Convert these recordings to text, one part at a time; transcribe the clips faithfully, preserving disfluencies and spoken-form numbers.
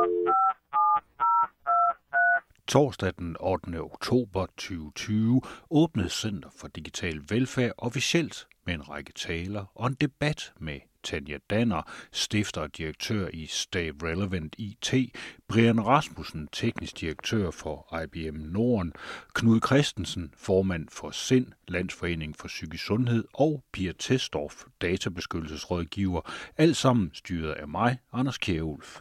Torsdag den ottende oktober tyve tyve åbnede Center for Digital Velfærd officielt med en række taler og en debat med Tanja Danner, stifter og direktør i Stay Relevant I T, Brian Rasmussen, teknisk direktør for I B M Norden, Knud Christensen, formand for SIND, Landsforening for Psykisk Sundhed, og Pia Tesdorf, databeskyttelsesrådgiver, alt sammen styret af mig, Anders Kjærulf.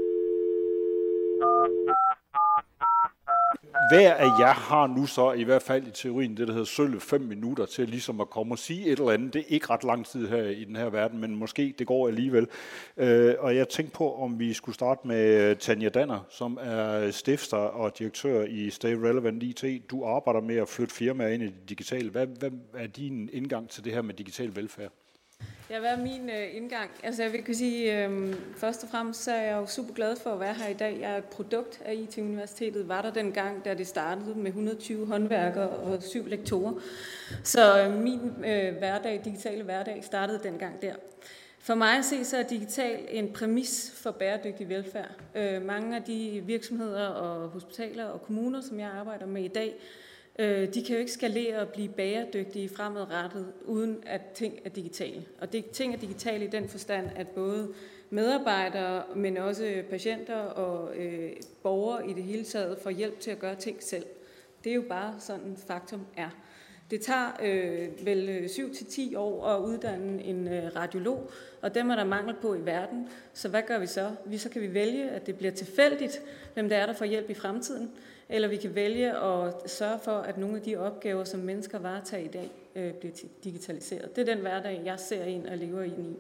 Hver af jer har nu så, i hvert fald i teorien, det der hedder sølv fem minutter til ligesom at komme og sige et eller andet. Det er ikke ret lang tid her i den her verden, men måske det går alligevel. Øh, og jeg tænkte på, om vi skulle starte med Tanja Danner, som er stifter og direktør i Stay Relevant I T. Du arbejder med at flytte firmaer ind i det digitale. Hvad, hvad er din indgang til det her med digital velfærd? Ja, hvad er min øh, indgang? Altså jeg vil kunne sige, øh, først og fremmest så er jeg jo super glad for at være her i dag. Jeg er et produkt af I T-universitetet, var der dengang, da det startede med et hundrede og tyve håndværkere og syv lektorer. Så øh, min øh, hverdag, digitale hverdag startede dengang der. For mig at se, så er digital en præmis for bæredygtig velfærd. Øh, mange af de virksomheder og hospitaler og kommuner, som jeg arbejder med i dag, de kan jo ikke skalere og blive bæredygtige fremadrettet, uden at ting er digitale. Og det, ting er digitale i den forstand, at både medarbejdere, men også patienter og øh, borgere i det hele taget får hjælp til at gøre ting selv. Det er jo bare sådan faktum er. Det tager øh, vel syv til ti år at uddanne en øh, radiolog, og dem er der mangel på i verden. Så hvad gør vi så? Vi så kan vi vælge, at det bliver tilfældigt, hvem der er, der får hjælp i fremtiden. Eller vi kan vælge at sørge for, at nogle af de opgaver, som mennesker varetager i dag, øh, bliver digitaliseret. Det er den hverdag, jeg ser ind og lever ind i.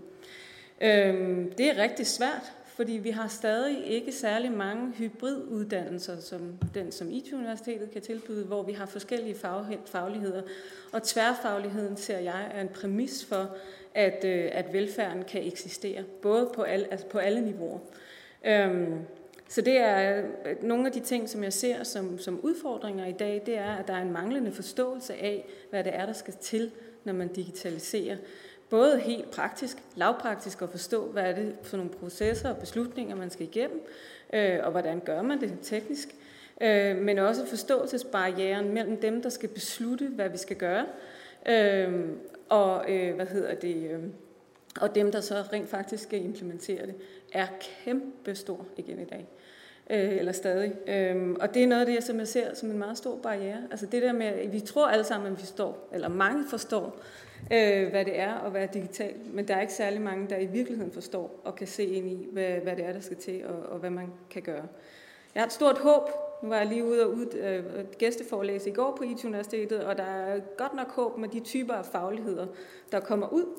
Øhm, det er rigtig svært, fordi vi har stadig ikke særlig mange hybriduddannelser, som den, som I T-universitetet kan tilbyde, hvor vi har forskellige fagligheder. Og tværfagligheden, ser jeg, er en præmis for, at, øh, at velfærden kan eksistere, både på alle, altså på alle niveauer. Øhm, Så det er nogle af de ting, som jeg ser som, som udfordringer i dag, det er, at der er en manglende forståelse af, hvad det er, der skal til, når man digitaliserer. Både helt praktisk, lavpraktisk at forstå, hvad er det for nogle processer og beslutninger, man skal igennem, øh, og hvordan gør man det teknisk, øh, men også forståelsesbarrieren mellem dem, der skal beslutte, hvad vi skal gøre, øh, og øh, hvad hedder det... Øh, og dem, der så rent faktisk skal implementere det, er kæmpestor igen i dag. Øh, eller stadig. Øhm, og det er noget af det, som jeg ser som en meget stor barriere. Altså det der med, at vi tror alle sammen, at vi forstår, eller mange forstår, øh, hvad det er at være digital, men der er ikke særlig mange, der i virkeligheden forstår og kan se ind i, hvad, hvad det er, der skal til, og, og hvad man kan gøre. Jeg har et stort håb. Nu var jeg lige ude og ud, øh, gæsteforelæse i går på I T-universitetet, og der er godt nok håb med de typer af fagligheder, der kommer ud,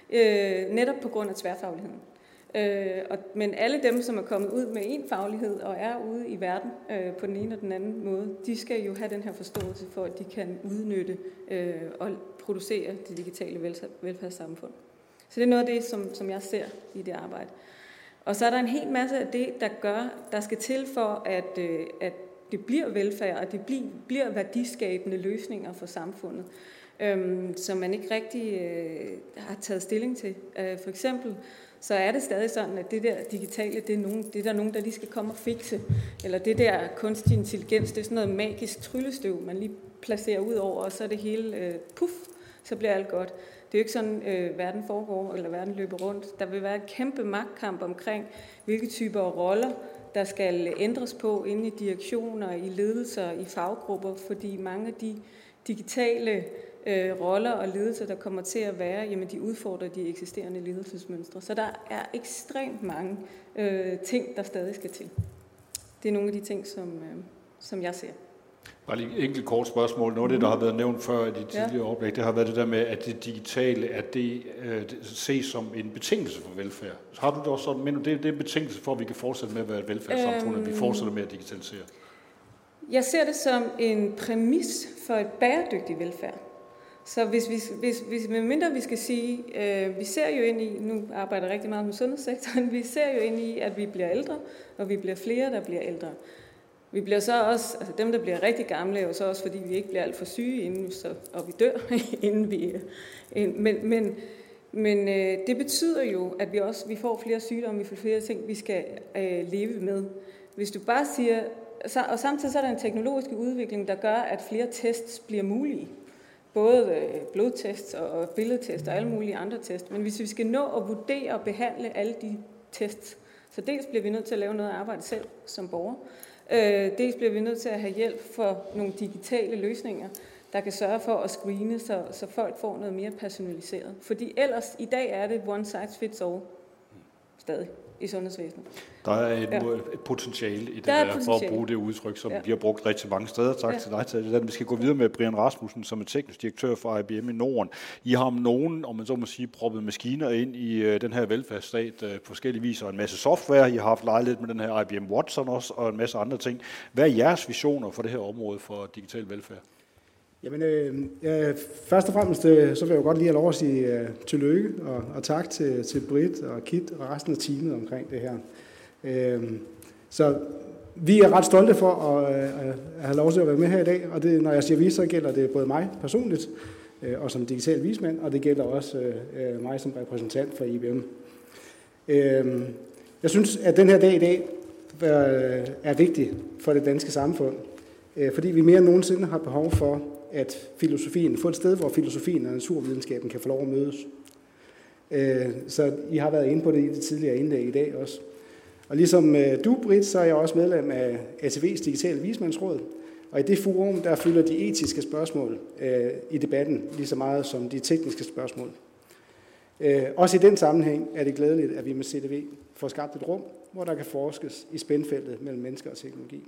øh, netop på grund af tværfagligheden. Øh, og, men alle dem, som er kommet ud med en faglighed og er ude i verden øh, på den ene og den anden måde, de skal jo have den her forståelse for, at de kan udnytte øh, og producere det digitale velfærdssamfund. Så det er noget af det, som, som jeg ser i det arbejde. Og så er der en hel masse af det, der gør, der skal til for, at, øh, at det bliver velfærd, og det bliver, bliver værdiskabende løsninger for samfundet, øhm, som man ikke rigtig øh, har taget stilling til. Øh, for eksempel, så er det stadig sådan, at det der digitale, det er, nogen, det er der nogen, der lige skal komme og fikse. Eller det der kunstig intelligens, det er sådan noget magisk tryllestøv, man lige placerer ud over, og så er det hele, øh, puff, så bliver alt godt. Det er jo ikke sådan, øh, verden foregår, eller verden løber rundt. Der vil være en kæmpe magtkamp omkring, hvilke typer af roller, der skal ændres på inde i direktioner, i ledelser, i faggrupper, fordi mange af de digitale øh, roller og ledelser, der kommer til at være, jamen de udfordrer de eksisterende ledelsesmønstre. Så der er ekstremt mange øh, ting, der stadig skal til. Det er nogle af de ting, som, øh, som jeg ser. Bare lige et enkelt kort spørgsmål. Noget af det, der har været nævnt før i de tidligere ja. oplæg, det har været det der med, at det digitale, at det, øh, det ses som en betingelse for velfærd. Så har du det også sådan, men det, det er en betingelse for, at vi kan fortsætte med at være et velfærdssamfund, øhm, at vi fortsætter med at digitalisere? Jeg ser det som en præmis for et bæredygtigt velfærd. Så hvis vi, hvis, hvis, medmindre vi skal sige, øh, vi ser jo ind i, nu arbejder jeg rigtig meget med sundhedssektoren, vi ser jo ind i, at vi bliver ældre, og vi bliver flere, der bliver ældre. Vi bliver så også, altså dem, der bliver rigtig gamle, er jo så også, fordi vi ikke bliver alt for syge, inden vi så, og vi dør, inden vi... Ind, men, men Men øh, det betyder jo, at vi også vi får flere sygdomme, vi får flere ting, vi skal øh, leve med. Hvis du bare siger, og samtidig så er der en teknologisk udvikling, der gør, at flere tests bliver mulige. Både øh, blodtests og billedtests og alle mulige andre tests. Men hvis vi skal nå at vurdere og behandle alle de tests, så dels bliver vi nødt til at lave noget arbejde selv som borger, øh, dels bliver vi nødt til at have hjælp for nogle digitale løsninger, der kan sørge for at screene, så, så folk får noget mere personaliseret. Fordi ellers, i dag er det one size fits all stadig i sundhedsvæsenet. Der er et, ja. et potentiale i det der, der, for at bruge det udtryk, som ja. vi har brugt rigtig mange steder. Tak ja. til dig til det. Vi skal gå videre med Brian Rasmussen, som er teknisk direktør for I B M i Norden. I har om nogen, om man så må sige, proppet maskiner ind i uh, den her velfærdsstat uh, på forskellige vis, og en masse software. I har haft lejlighed med den her I B M Watson også, og en masse andre ting. Hvad er jeres visioner for det her område for digital velfærd? Jamen, øh, øh, først og fremmest, øh, så vil jeg jo godt lige have lov at sige øh, tillykke og, og tak til, til Britt og Kit og resten af teamet omkring det her. Øh, så vi er ret stolte for at, øh, at have lov til at være med her i dag, og det, når jeg siger vi, så gælder det både mig personligt øh, og som digital vismand, og det gælder også øh, mig som repræsentant for I B M. Øh, jeg synes, at den her dag i dag er, er vigtig for det danske samfund, øh, fordi vi mere end nogensinde har behov for at filosofien, få et sted, hvor filosofien og naturvidenskaben kan få lov at mødes. Så I har været inde på det i det tidligere indlæg i dag også. Og ligesom du, Britt, så er jeg også medlem af A T V's Digitale Vismandsråd, og i det forum, der fylder de etiske spørgsmål i debatten lige så meget som de tekniske spørgsmål. Også i den sammenhæng er det glædeligt, at vi med C D V får skabt et rum, hvor der kan forskes i spændfeltet mellem mennesker og teknologi.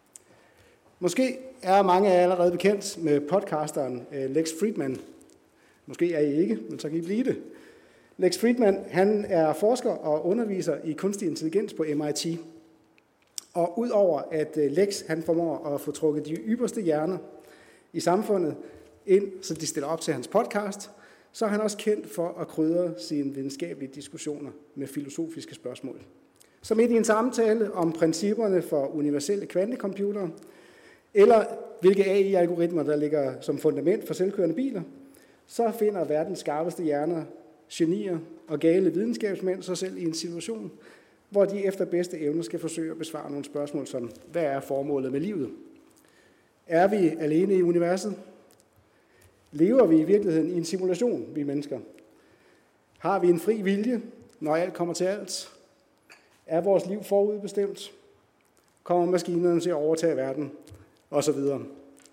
Måske er mange af jer allerede bekendt med podcasteren Lex Fridman. Måske er I ikke, men så kan I blive det. Lex Fridman, han er forsker og underviser i kunstig intelligens på M I T. Og udover at Lex han formår at få trukket de ypperste hjerner i samfundet ind, så de stiller op til hans podcast, så er han også kendt for at krydre sine videnskabelige diskussioner med filosofiske spørgsmål. Så midt i en samtale om principperne for universelle kvantecomputere, eller hvilke A I-algoritmer, der ligger som fundament for selvkørende biler, så finder verdens skarpeste hjerner, genier og gale videnskabsmænd sig selv i en situation, hvor de efter bedste evne skal forsøge at besvare nogle spørgsmål som, hvad er formålet med livet? Er vi alene i universet? Lever vi i virkeligheden i en simulation, vi mennesker? Har vi en fri vilje, når alt kommer til alt? Er vores liv forudbestemt? Kommer maskinerne til at overtage verden? Og så videre.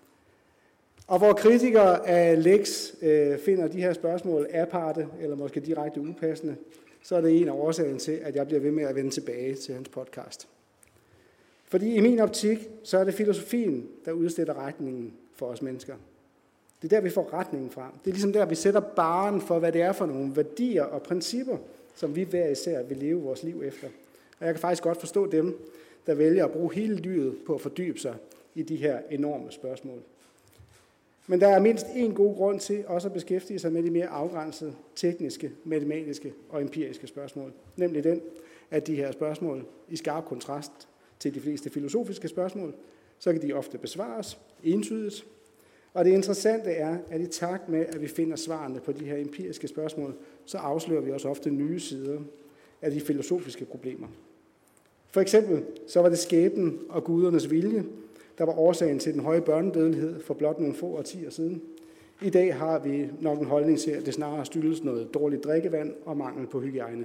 Og hvor kritikere af Lex øh, finder de her spørgsmål aparte, eller måske direkte upassende, så er det en af årsagerne til, at jeg bliver ved med at vende tilbage til hans podcast. Fordi i min optik, så er det filosofien, der udstiller retningen for os mennesker. Det er der, vi får retningen fra. Det er ligesom der, vi sætter barren for, hvad det er for nogle værdier og principper, som vi hver især vil leve vores liv efter. Og jeg kan faktisk godt forstå dem, der vælger at bruge hele livet på at fordybe sig i de her enorme spørgsmål. Men der er mindst en god grund til også at beskæftige sig med de mere afgrænsede, tekniske, matematiske og empiriske spørgsmål. Nemlig den, at de her spørgsmål i skarp kontrast til de fleste filosofiske spørgsmål, så kan de ofte besvares entydigt. Og det interessante er, at i takt med, at vi finder svarene på de her empiriske spørgsmål, så afslører vi også ofte nye sider af de filosofiske problemer. For eksempel så var det skæbnen og gudernes vilje, der var årsagen til den høje børnedødelighed for blot nogle få årtier siden. I dag har vi nok en holdning til, at det snarere skyldes noget dårligt drikkevand og mangel på hygiejne.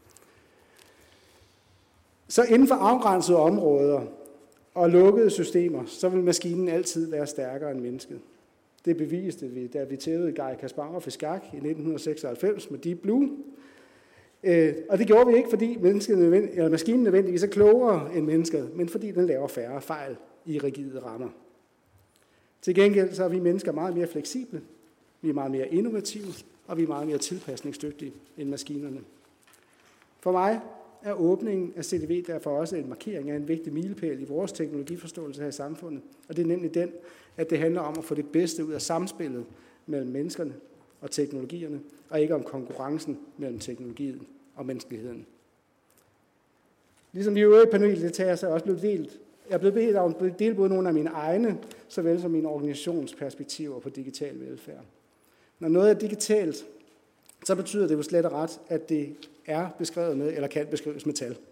Så inden for afgrænsede områder og lukkede systemer, så vil maskinen altid være stærkere end mennesket. Det beviste vi, da vi tævede Garry Kasparov i skak i nitten seksoghalvfems med Deep Blue. Og det gjorde vi ikke, fordi eller maskinen nødvendigvis er klogere end mennesket, men fordi den laver færre fejl i rigide rammer. Til gengæld så er vi mennesker meget mere fleksible, vi er meget mere innovative, og vi er meget mere tilpasningsdygtige end maskinerne. For mig er åbningen af C D V derfor også en markering af en vigtig milepæl i vores teknologiforståelse her i samfundet, og det er nemlig den, at det handler om at få det bedste ud af samspillet mellem menneskerne og teknologierne, og ikke om konkurrencen mellem teknologien og menneskeligheden. Ligesom de øvrige paneldeltagere, så er jeg også blevet delt. Jeg er blevet bedt om at dele både nogle af mine egne, såvel som mine organisationsperspektiver på digital velfærd. Når noget er digitalt, så betyder det jo slet og ret, at det er beskrevet med, eller kan beskrives med tal.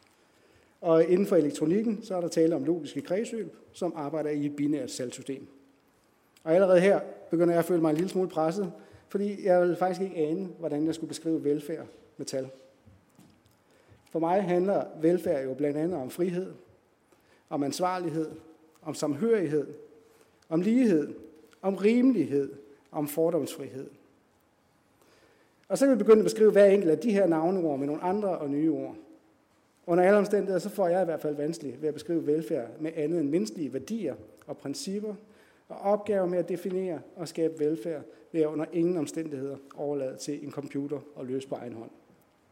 Og inden for elektronikken, så er der tale om logiske kredsløb, som arbejder i et binært salgsystem. Og allerede her begynder jeg at føle mig en lille smule presset, fordi jeg vil faktisk ikke ane, hvordan jeg skulle beskrive velfærd med tal. For mig handler velfærd jo blandt andet om frihed, om ansvarlighed, om samhørighed, om lighed, om rimelighed, om fordomsfrihed. Og så kan vi begynde at beskrive hver enkelt af de her navneord med nogle andre og nye ord. Under alle omstændigheder, så får jeg i hvert fald vanskeligt ved at beskrive velfærd med andet end menneskelige værdier og principper, og opgaver med at definere og skabe velfærd vil jeg under ingen omstændigheder overlade til en computer og løse på egen hånd.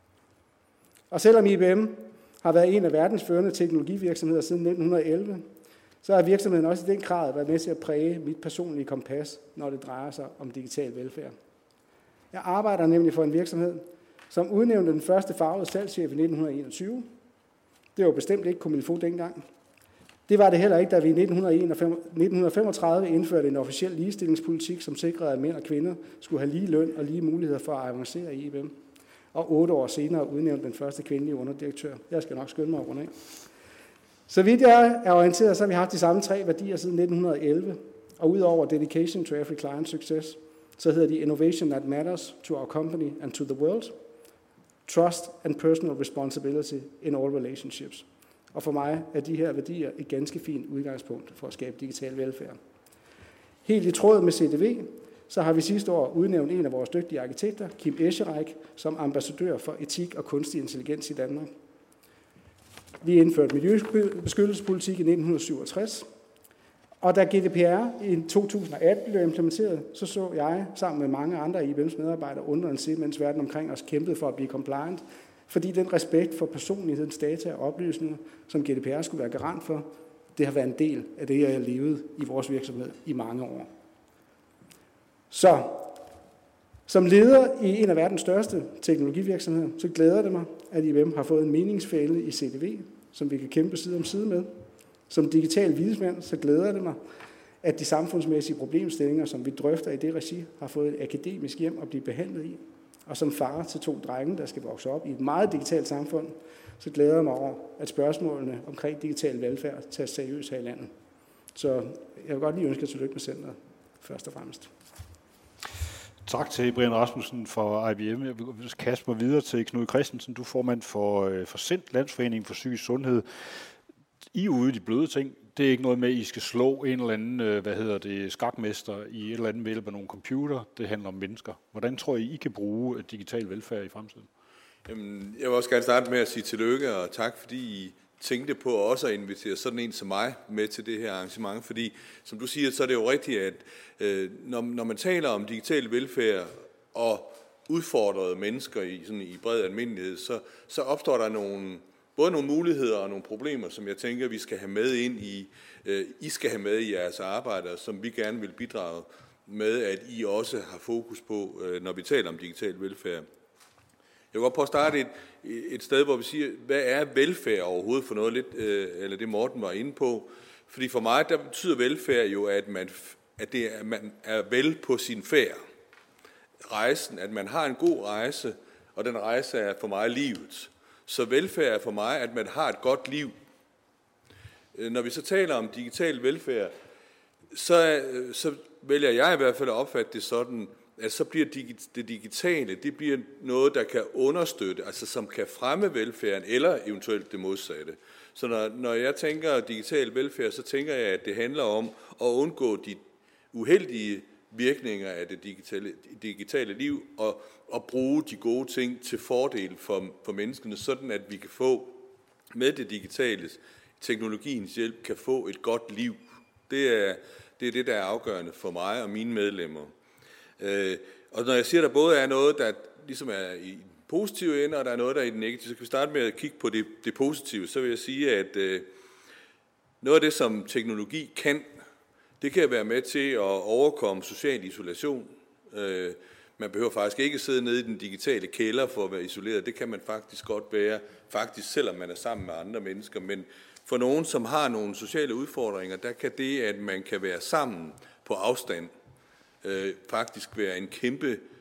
Og selvom I B M har været en af verdens førende teknologivirksomheder siden nitten elleve, så har virksomheden også i den grad været med til at præge mit personlige kompas, når det drejer sig om digital velfærd. Jeg arbejder nemlig for en virksomhed, som udnævnte den første farvede salgschef i nitten enogtyve. Det var bestemt ikke comme il faut dengang. Det var det heller ikke, da vi i nitten femogtredive indførte en officiel ligestillingspolitik, som sikrede, at mænd og kvinder skulle have lige løn og lige muligheder for at avancere i I B M. Og otte år senere udnævnte den første kvindelige underdirektør. Jeg skal nok skynde mig at runde af. Så vidt jeg er orienteret, så har vi haft de samme tre værdier siden nitten elleve. Og udover dedication to every client success, så hedder de innovation that matters to our company and to the world, trust and personal responsibility in all relationships. Og for mig er de her værdier et ganske fint udgangspunkt for at skabe digital velfærd. Helt i tråd med C D V, så har vi sidste år udnævnt en af vores dygtige arkitekter, Kim Escherich, som ambassadør for etik og kunstig intelligens i Danmark. Vi indførte miljøbeskyttelsespolitik i nitten syvogtres, og da G D P R i to tusind og atten blev implementeret, så så jeg sammen med mange andre I B M's medarbejdere undrende se, mens verden omkring os kæmpede for at blive compliant, fordi den respekt for personlighedens data og oplysninger, som G D P R skulle være garant for, det har været en del af det, jeg har levet i vores virksomhed i mange år. Så som leder i en af verdens største teknologivirksomheder, så glæder det mig, at I B M har fået en meningsfælde i C D V, som vi kan kæmpe side om side med. Som digital vidensmand, så glæder det mig, at de samfundsmæssige problemstillinger, som vi drøfter i det regi, har fået et akademisk hjem at blive behandlet i. Og som far til to drenge, der skal vokse op i et meget digitalt samfund, så glæder jeg mig over, at spørgsmålene omkring digital velfærd tages seriøst her i landet. Så jeg vil godt lige ønske tillykke med centret, først og fremmest. Tak til Brian Rasmussen fra I B M. Jeg vil kaste mig videre til Knud Christensen. Du er formand for, for C E N T, Landsforeningen for Psykisk Sundhed. I er ude i de bløde ting. Det er ikke noget med, at I skal slå en eller anden, hvad hedder det, skakmester i et eller andet ved hjælp af nogle computer. Det handler om mennesker. Hvordan tror I, I kan bruge digital velfærd i fremtiden? Jamen, jeg vil også gerne starte med at sige tillykke, og tak fordi I tænkte på også at invitere sådan en som mig med til det her arrangement. Fordi, som du siger, så er det jo rigtigt, at øh, når, når man taler om digital velfærd og udfordrede mennesker i, sådan i bred almindelighed, så, så opstår der nogle... både nogle muligheder og nogle problemer, som jeg tænker, vi skal have med ind i, øh, I skal have med i jeres arbejde, som vi gerne vil bidrage med, at I også har fokus på, øh, når vi taler om digital velfærd. Jeg vil godt prøve at starte et, et sted, hvor vi siger, hvad er velfærd overhovedet for noget, lidt, øh, eller det Morten var inde på. Fordi for mig, der betyder velfærd jo, at man, at det er, man er vel på sin færd. Rejsen, at man har en god rejse, og den rejse er for mig livet. Så velfærd er for mig, at man har et godt liv. Når vi så taler om digital velfærd, så, så vælger jeg i hvert fald at opfatte det sådan, at så bliver det digitale, det bliver noget, der kan understøtte, altså som kan fremme velfærden, eller eventuelt det modsatte. Så når, når jeg tænker digital velfærd, så tænker jeg, at det handler om at undgå de uheldige virkninger af det digitale, digitale liv, og, og bruge de gode ting til fordel for, for menneskene, sådan at vi kan få, med det digitale, teknologiens hjælp, kan få et godt liv. Det er det, er det der er afgørende for mig og mine medlemmer. Øh, og når jeg siger, at der både er noget, der ligesom er i den positive ende, og der er noget, der er i den negative, så kan vi starte med at kigge på det, det positive. Så vil jeg sige, at øh, noget af det, som teknologi kan, det kan være med til at overkomme social isolation. Øh, man behøver faktisk ikke sidde nede i den digitale kælder for at være isoleret. Det kan man faktisk godt være, faktisk selvom man er sammen med andre mennesker. Men for nogen, som har nogle sociale udfordringer, der kan det, at man kan være sammen på afstand, øh, faktisk være en kæmpe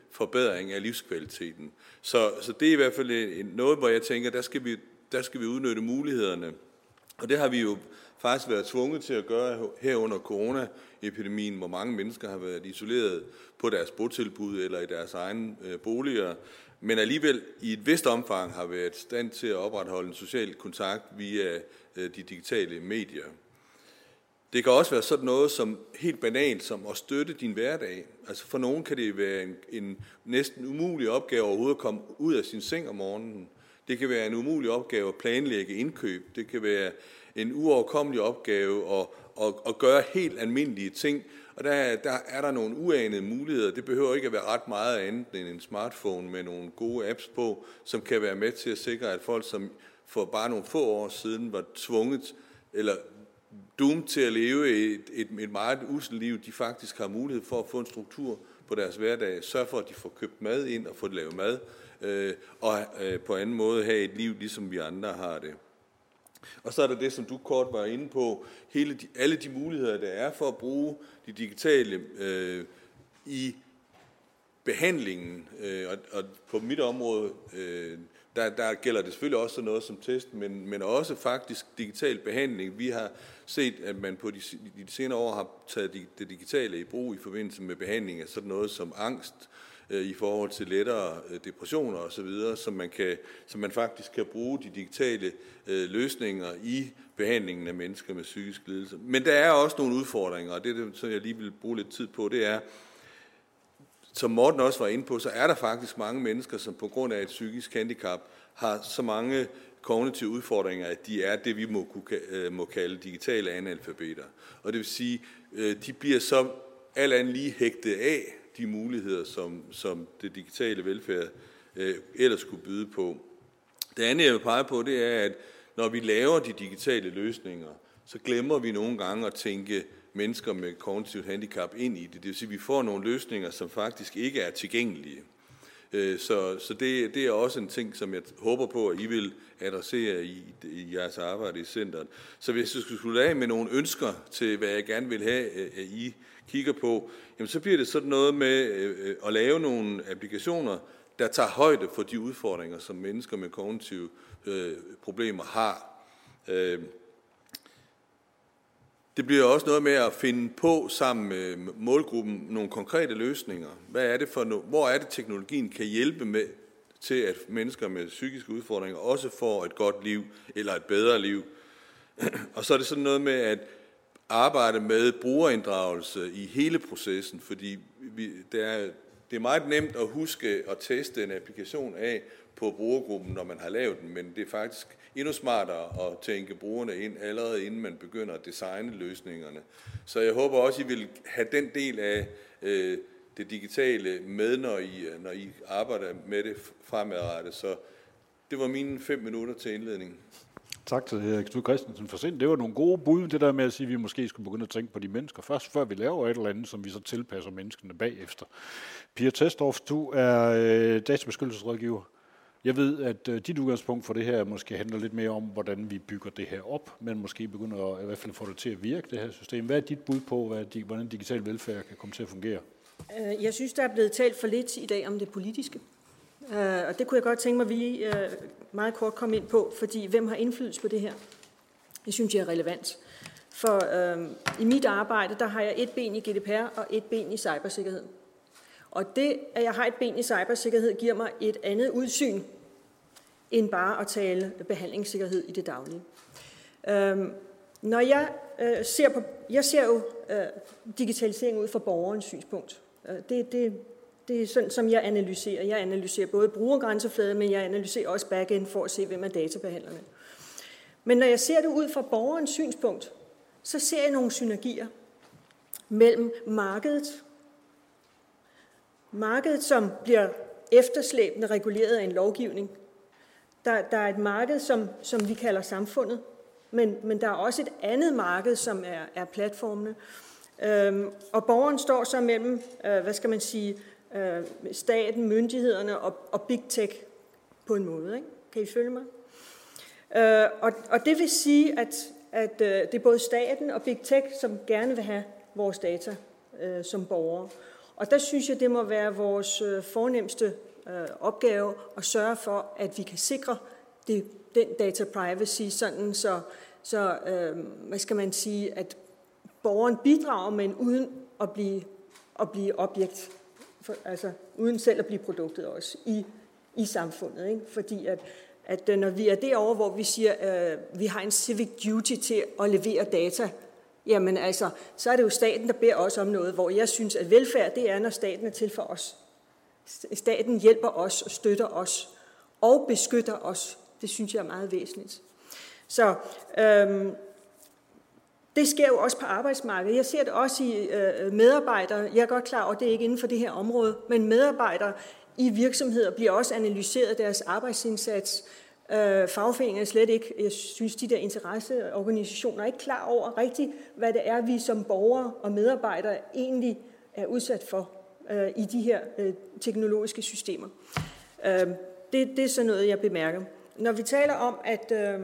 forbedring af livskvaliteten. Så, så det er i hvert fald noget, hvor jeg tænker, der skal vi, der skal vi udnytte mulighederne. Og det har vi jo faktisk været tvunget til at gøre her under coronaepidemien, hvor mange mennesker har været isoleret på deres botilbud eller i deres egne øh, boliger, men alligevel i et vist omfang har været i stand til at opretholde en social kontakt via øh, de digitale medier. Det kan også være sådan noget som helt banalt som at støtte din hverdag. Altså for nogen kan det være en, en næsten umulig opgave overhovedet at komme ud af sin seng om morgenen. Det kan være en umulig opgave at planlægge indkøb. Det kan være en uoverkommelig opgave at, at, at gøre helt almindelige ting. Og der, der er der nogle uanede muligheder. Det behøver ikke at være ret meget andet end en smartphone med nogle gode apps på, som kan være med til at sikre, at folk, som for bare nogle få år siden var tvunget eller doomed til at leve et, et, et meget uselt liv, de faktisk har mulighed for at få en struktur på deres hverdag. Sørg for, at de får købt mad ind og får lavet mad, øh, og øh, på anden måde have et liv, ligesom vi andre har det. Og så er der det, som du kort var inde på, hele de, alle de muligheder, der er for at bruge de digitale øh, i behandlingen. Øh, og, og på mit område, øh, der, der gælder det selvfølgelig også noget som test, men, men også faktisk digital behandling. Vi har set, at man på de, de senere år har taget det digitale i brug i forbindelse med behandling af sådan noget som angst, i forhold til lettere depressioner og så videre, som man kan, som man faktisk kan bruge de digitale øh, løsninger i behandlingen af mennesker med psykisk lidelse. Men der er også nogle udfordringer, og det, som jeg lige vil bruge lidt tid på, det er, som Morten også var inde på, så er der faktisk mange mennesker, som på grund af et psykisk handicap har så mange kognitive udfordringer, at de er det, vi må, kunne, må kalde digitale analfabeter. Og det vil sige, de bliver så alt andet lige hægtet af de muligheder, som, som det digitale velfærd øh, ellers skulle byde på. Det andet, jeg vil pege på, det er, at når vi laver de digitale løsninger, så glemmer vi nogle gange at tænke mennesker med kognitivt handicap ind i det. Det vil sige, at vi får nogle løsninger, som faktisk ikke er tilgængelige. Øh, så så det, det er også en ting, som jeg håber på, at I vil adressere i, i jeres arbejde i centret. Så hvis jeg skulle slutte af med nogle ønsker til, hvad jeg gerne vil have, at I kigger på, jamen så bliver det sådan noget med øh, at lave nogle applikationer, der tager højde for de udfordringer, som mennesker med kognitive øh, problemer har. Øh, det bliver også noget med at finde på sammen med målgruppen nogle konkrete løsninger. Hvad er det for no- hvor er det, teknologien kan hjælpe med til, at mennesker med psykiske udfordringer også får et godt liv eller et bedre liv. Og så er det sådan noget med at arbejde med brugerinddragelse i hele processen, fordi vi, det, er, det er meget nemt at huske at teste en applikation af på brugergruppen, når man har lavet den, men det er faktisk endnu smartere at tænke brugerne ind, allerede inden man begynder at designe løsningerne. Så jeg håber også, I vil have den del af øh, det digitale med, når I, når I arbejder med det fremadrettet. Så det var mine fem minutter til indledningen. Tak til Knud Christensen for sind. Det var nogle gode bud, det der med at sige, at vi måske skulle begynde at tænke på de mennesker først, før vi laver et eller andet, som vi så tilpasser menneskene bagefter. Pia Tesdorf, du er øh, databeskyttelsesrådgiver. Jeg ved, at øh, dit udgangspunkt for det her måske handler lidt mere om, hvordan vi bygger det her op, men måske begynder at i hvert fald få det til at virke, det her system. Hvad er dit bud på, hvad, hvordan digital velfærd kan komme til at fungere? Jeg synes, der er blevet talt for lidt i dag om det politiske. Og det kunne jeg godt tænke mig, at vi meget kort kom ind på, fordi hvem har indflydelse på det her? Det synes jeg er relevant. For øh, i mit arbejde, der har jeg et ben i G D P R og et ben i cybersikkerhed. Og det, at jeg har et ben i cybersikkerhed, giver mig et andet udsyn, end bare at tale behandlingssikkerhed i det daglige. Øh, når jeg øh, ser på, jeg ser jo øh, digitalisering ud fra borgerens synspunkt. Øh, det, det Det er sådan, som jeg analyserer. Jeg analyserer både brugergrænseflade, men jeg analyserer også backend for at se, hvem er databehandlerne. Men når jeg ser det ud fra borgerens synspunkt, så ser jeg nogle synergier mellem markedet, markedet, som bliver efterslæbende reguleret af en lovgivning. Der, der er et marked, som, som vi kalder samfundet, men, men der er også et andet marked, som er, er platformene. Øhm, og borgeren står så mellem, øh, hvad skal man sige, staten, myndighederne og, og big tech på en måde. Ikke? Kan I følge mig? Øh, og, og det vil sige, at, at det er både staten og big tech, som gerne vil have vores data øh, som borgere. Og der synes jeg, det må være vores fornemste øh, opgave at sørge for, at vi kan sikre det, den data privacy, sådan så, så øh, hvad skal man sige, at borgeren bidrager, men uden at blive, at blive objekt, for, altså uden selv at blive produktet også i, i samfundet. Ikke? Fordi at, at når vi er derovre, hvor vi siger, at øh, vi har en civic duty til at levere data, jamen altså, så er det jo staten, der beder os om noget, hvor jeg synes, at velfærd, det er, når staten er til for os. Staten hjælper os og støtter os og beskytter os. Det synes jeg er meget væsentligt. Så øhm, det sker jo også på arbejdsmarkedet. Jeg ser det også i øh, medarbejdere. Jeg er godt klar over, at det er ikke inden for det her område, men medarbejdere i virksomheder bliver også analyseret deres arbejdsindsats. Øh, fagforeninger er slet ikke, jeg synes, de der interesseorganisationer er ikke klar over rigtigt, hvad det er, vi som borgere og medarbejdere egentlig er udsat for øh, i de her øh, teknologiske systemer. Øh, det, det er sådan noget, jeg bemærker. Når vi taler om, at, øh,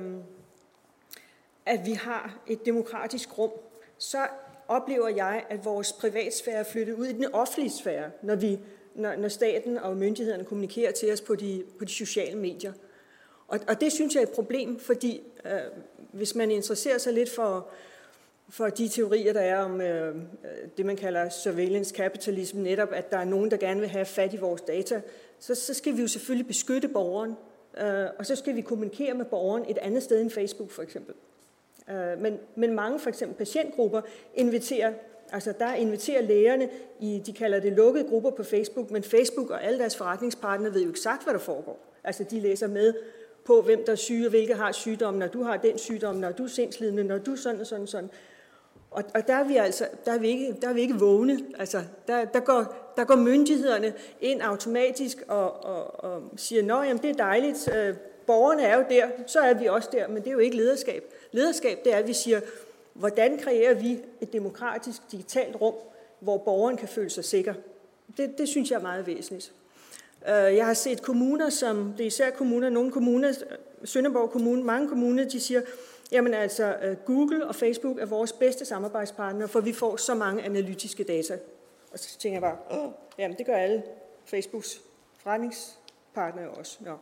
at vi har et demokratisk rum, så oplever jeg, at vores privatsfære er flyttet ud i den offentlige sfære, når, vi, når, når staten og myndighederne kommunikerer til os på de, på de sociale medier. Og, og det synes jeg er et problem, fordi øh, hvis man interesserer sig lidt for, for de teorier, der er om øh, det, man kalder surveillance capitalism, netop at der er nogen, der gerne vil have fat i vores data, så, så skal vi jo selvfølgelig beskytte borgeren, øh, og så skal vi kommunikere med borgeren et andet sted end Facebook for eksempel. Øh, men, men mange for eksempel patientgrupper inviterer, altså der inviterer lægerne i, de kalder det lukkede grupper på Facebook, men Facebook og alle deres forretningspartnere ved jo eksakt, hvad der foregår. Altså de læser med på, hvem der er syge, og hvilke har sygdommen, når du har den sygdom, når du er sindslidende, når du er sådan og sådan og sådan. Og, og der er vi altså, der er vi ikke, der er vi ikke vågne. Altså, der, der, går, der går myndighederne ind automatisk og, og, og siger, nå, jamen det er dejligt, øh, borgerne er jo der, så er vi også der, men det er jo ikke lederskab. Lederskab, det er, at vi siger, hvordan kreerer vi et demokratisk, digitalt rum, hvor borgeren kan føle sig sikker. Det, det synes jeg er meget væsentligt. Jeg har set kommuner, som det er især kommuner, nogle kommuner, Sønderborg Kommune, mange kommuner, de siger, jamen altså Google og Facebook er vores bedste samarbejdspartnere, for vi får så mange analytiske data. Og så tænker jeg bare, åh, jamen det gør alle Facebooks forretningspartnere også. Nå.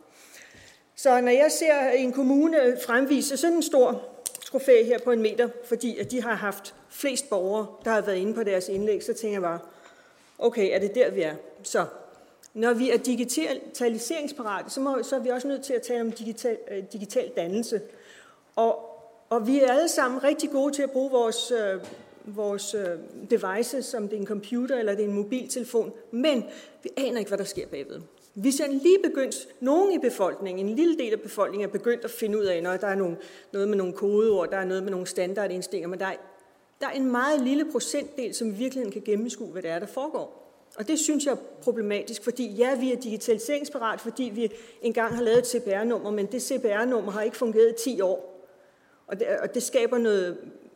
Så når jeg ser en kommune fremvise sådan en stor trofæ her på en meter, fordi at de har haft flest borgere, der har været inde på deres indlæg, så tænker jeg bare, okay, er det der, vi er? Så når vi er digitaliseringsparate, så, må, så er vi også nødt til at tale om digital, digital dannelse. Og, og vi er alle sammen rigtig gode til at bruge vores, øh, vores øh, devices, om det er en computer eller det er en mobiltelefon, men vi aner ikke, hvad der sker bagved. Vi er sådan lige begyndt, nogen i befolkningen, en lille del af befolkningen er begyndt at finde ud af, når der er nogle, noget med nogle kodeord, der er noget med nogle standardindstillinger, men der er, der er en meget lille procentdel, som i virkeligheden kan gennemskue, hvad det er, der foregår. Og det synes jeg er problematisk, fordi ja, vi er digitaliseringsparat, fordi vi engang har lavet et C P R-nummer, men det C P R-nummer har ikke fungeret i ti år. Og det, og det skaber noget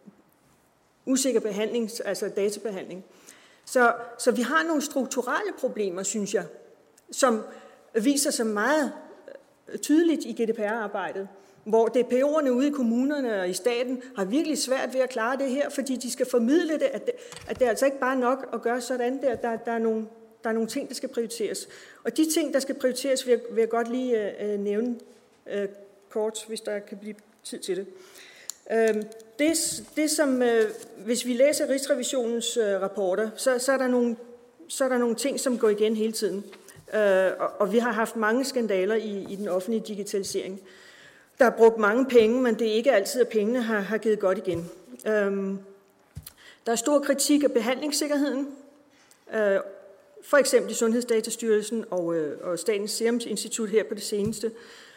usikker behandling, altså databehandling. Så, så vi har nogle strukturelle problemer, synes jeg, som viser sig meget tydeligt i G D P R-arbejdet, hvor D P O'erne ude i kommunerne og i staten har virkelig svært ved at klare det her, fordi de skal formidle det, at det, at det er altså ikke bare nok at gøre sådan der. Der, der, er, nogle, der er nogle ting, der skal prioriteres. Og de ting, der skal prioriteres, vil jeg, vil jeg godt lige øh, nævne øh, kort, hvis der kan blive tid til det. Øh, det, det som, øh, hvis vi læser Rigsrevisionens øh, rapporter, så, så, er der nogle, så er der nogle ting, som går igen hele tiden. Øh, og, og vi har haft mange skandaler i, i den offentlige digitalisering. Der er brugt mange penge, men det er ikke altid, at pengene har, har givet godt igen. Øhm, der er stor kritik af behandlingssikkerheden, øh, for eksempel i Sundhedsdatastyrelsen og, øh, og Statens Serum Institut her på det seneste.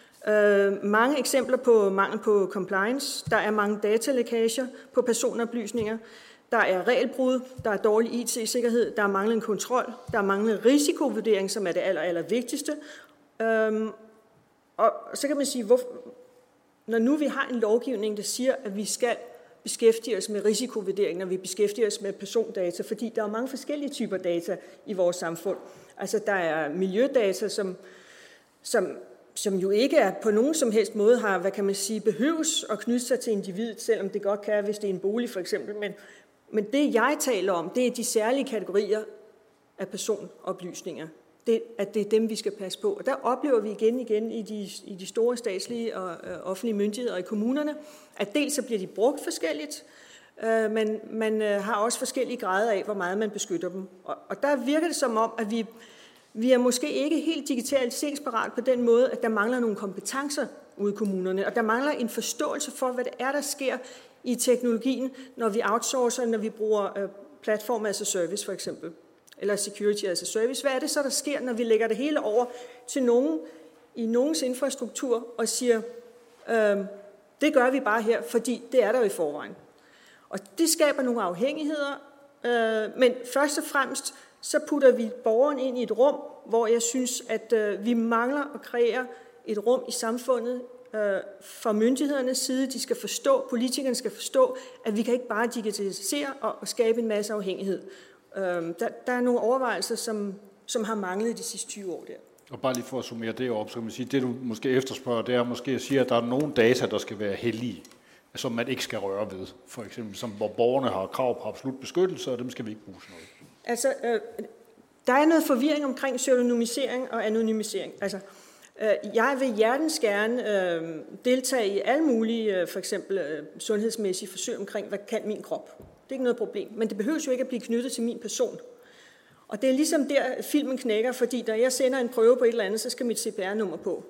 Øh, mange eksempler på mangel på compliance. Der er mange datalækager på personoplysninger. Der er regelbrud, der er dårlig I T-sikkerhed, der er manglende kontrol, der er manglende risikovurdering, som er det aller, aller vigtigste. Øhm, og så kan man sige, hvor, når nu vi har en lovgivning, der siger, at vi skal beskæftige os med risikovurdering, når vi beskæftiger os med persondata, fordi der er mange forskellige typer data i vores samfund. Altså der er miljødata, som, som, som jo ikke er på nogen som helst måde har, hvad kan man sige, behøves at knytte sig til individet, selvom det godt kan, hvis det er en bolig for eksempel. Men, men det jeg taler om, det er de særlige kategorier af personoplysninger. Det, at det er dem, vi skal passe på. Og der oplever vi igen igen i de, i de store statslige og øh, offentlige myndigheder og i kommunerne, at dels så bliver de brugt forskelligt, øh, men man øh, har også forskellige grader af, hvor meget man beskytter dem. Og, og der virker det som om, at vi, vi er måske ikke helt digitaliseringsparat på den måde, at der mangler nogle kompetencer ude i kommunerne, og der mangler en forståelse for, hvad det er, der sker i teknologien, når vi outsourcer, når vi bruger øh, platform as a service for eksempel, eller security as a service. Hvad er det så, der sker, når vi lægger det hele over til nogen i nogens infrastruktur og siger, øh, det gør vi bare her, fordi det er der jo i forvejen. Og det skaber nogle afhængigheder, øh, men først og fremmest, så putter vi borgeren ind i et rum, hvor jeg synes, at øh, vi mangler at kreere et rum i samfundet øh, fra myndighedernes side. De skal forstå, politikerne skal forstå, at vi kan ikke bare digitalisere og, og skabe en masse afhængighed. Øh, der, der er nogle overvejelser, som, som har manglet de sidste tyve år der. Og bare lige for at summere det op, så kan man sige, det du måske efterspørger, det er måske at sige, at der er nogle data, der skal være hellige, som man ikke skal røre ved. For eksempel, som, hvor borgerne har krav på absolut beskyttelse, og dem skal vi ikke bruge sådan noget. Altså, øh, der er noget forvirring omkring pseudonymisering og anonymisering. Altså, øh, jeg vil hjertens gerne øh, deltage i alle mulige, øh, for eksempel øh, sundhedsmæssige forsøg omkring, hvad kan min krop. Det er ikke noget problem, men det behøver jo ikke at blive knyttet til min person. Og det er ligesom der, filmen knækker, fordi når jeg sender en prøve på et eller andet, så skal mit C P R-nummer på.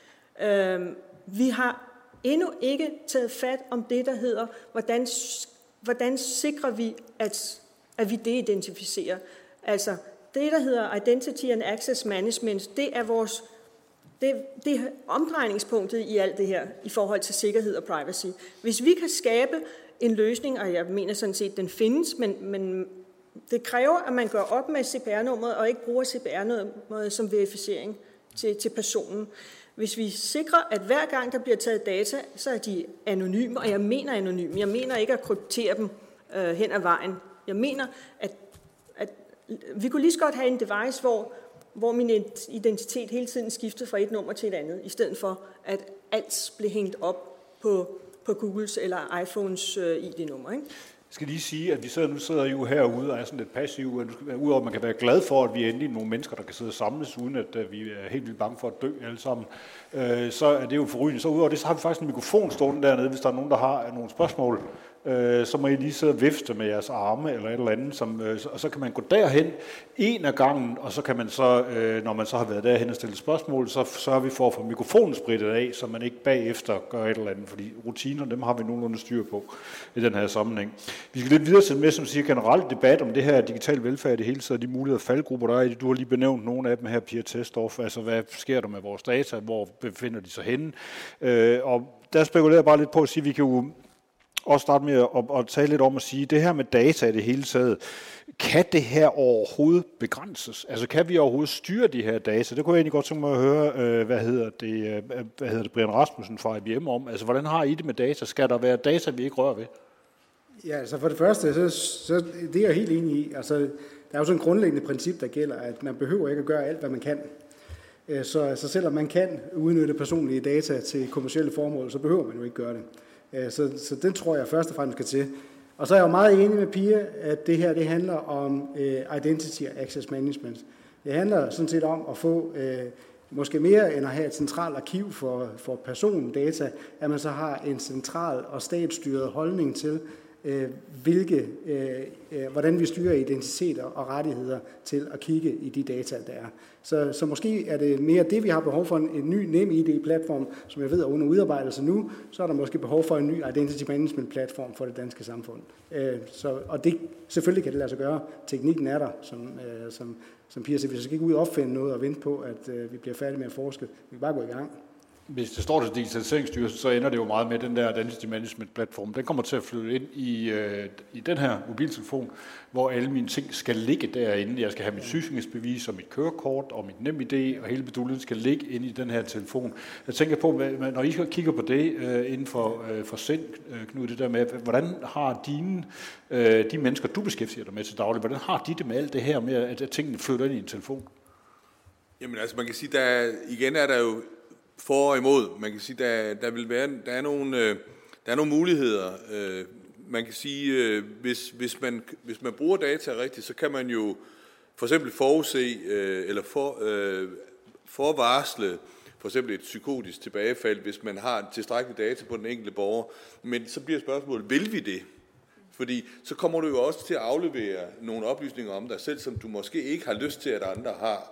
Øh, vi har endnu ikke taget fat om det, der hedder, hvordan, hvordan sikrer vi, at, at vi de-identificerer. Altså, det, der hedder Identity and Access Management, det er vores, det, det er omdrejningspunktet i alt det her, i forhold til sikkerhed og privacy. Hvis vi kan skabe en løsning, og jeg mener sådan set, den findes, men, men det kræver, at man gør op med C P R-nummeret, og ikke bruger C P R-nummeret som verificering til, til personen. Hvis vi sikrer, at hver gang der bliver taget data, så er de anonyme, og jeg mener anonyme. Jeg mener ikke at kryptere dem øh, hen ad vejen. Jeg mener, at, at vi kunne lige så godt have en device, hvor, hvor min identitet hele tiden skiftede fra et nummer til et andet, i stedet for at alt blev hængt op på, på Googles eller iPhones øh, I D-nummer, ikke? Jeg skal lige sige, at vi sidder, nu sidder jo herude og er sådan lidt passive, udover at man kan være glad for, at vi er endelig nogle mennesker, der kan sidde og samles, uden at uh, vi er helt vildt bange for at dø alle sammen, uh, så er det jo forrygende. Så udover det, så har vi faktisk en mikrofon stående dernede, hvis der er nogen, der har nogle spørgsmål. Uh, så må I lige sidde og vifte med jeres arme eller et eller andet, som, uh, og så kan man gå derhen en af gangen, og så kan man så, uh, når man så har været derhen og stillet spørgsmål, så sørger vi for at få mikrofonen spritet af, så man ikke bagefter gør et eller andet, fordi rutiner, dem har vi nogenlunde styr på i den her sammenhæng. Vi skal lidt videre til med, som siger generelt debat om det her digital velfærd i det hele taget, de muligheder og faldgrupper, der er. Du har lige benævnt nogle af dem her, Pia Tesdorf. Altså, hvad sker der med vores data? Hvor befinder de sig henne? Øh, og der spekulerer jeg bare lidt på at sige, at vi kan jo også starte med at, at tale lidt om at sige, at det her med data i det hele taget, kan det her overhovedet begrænses? Altså, kan vi overhovedet styre de her data? Det kunne jeg egentlig godt tænke mig at høre, øh, hvad hedder det, øh, hvad hedder det, Brian Rasmussen fra I B M om. Altså, hvordan har I det med data? Skal der være data, vi ikke rører ved? Ja, altså for det første, så, så det er jeg helt enig i. Altså, der er jo sådan et grundlæggende princip, der gælder, at man behøver ikke at gøre alt, hvad man kan. Så altså, selvom man kan udnytte personlige data til kommercielle formål, så behøver man jo ikke gøre det. Så, så den tror jeg først og fremmest skal til. Og så er jeg jo meget enig med Pia, at det her det handler om uh, Identity and Access Management. Det handler sådan set om at få uh, måske mere end at have et centralt arkiv for, for persondata, at man så har en central og statsstyret holdning til, hvilke, øh, hvordan vi styrer identiteter og rettigheder til at kigge i de data, der er. Så, så måske er det mere det, vi har behov for en, en ny NemID-platform, som jeg ved er under udarbejdelse nu, så er der måske behov for en ny Identity Management-platform for det danske samfund. Øh, så, og det, selvfølgelig kan det lade sig gøre. Teknikken er der, som, øh, som, som Pia siger, vi skal ikke ud og opfinde noget og vente på, at øh, vi bliver færdige med at forske. Vi kan bare gå i gang. Hvis det står til Digitaliseringsstyrelsen, så ender det jo meget med den der Identity Management-platform. Den kommer til at flytte ind i, øh, i den her mobiltelefon, hvor alle mine ting skal ligge derinde. Jeg skal have mit sygesikringsbevis og mit kørekort og mit NemID, og hele beduljen skal ligge inde i den her telefon. Jeg tænker på, når I kigger på det øh, inden for, øh, for sind, øh, Knud, det der med, hvordan har dine, øh, de mennesker, du beskæftiger dig med til daglig, hvordan har de det med alt det her med, at tingene flytter ind i en telefon? Jamen altså, man kan sige, der igen er der jo for og imod. Man kan sige, der, der vil være, der er nogle, øh, der er nogle muligheder. Øh, man kan sige, øh, hvis, hvis, man, hvis man bruger data rigtigt, så kan man jo for eksempel forudse øh, eller for, øh, forvarsle for eksempel et psykotisk tilbagefald, hvis man har tilstrækkeligt data på den enkelte borger. Men så bliver spørgsmålet, vil vi det? Fordi så kommer du jo også til at aflevere nogle oplysninger om dig selv, som du måske ikke har lyst til, at andre har.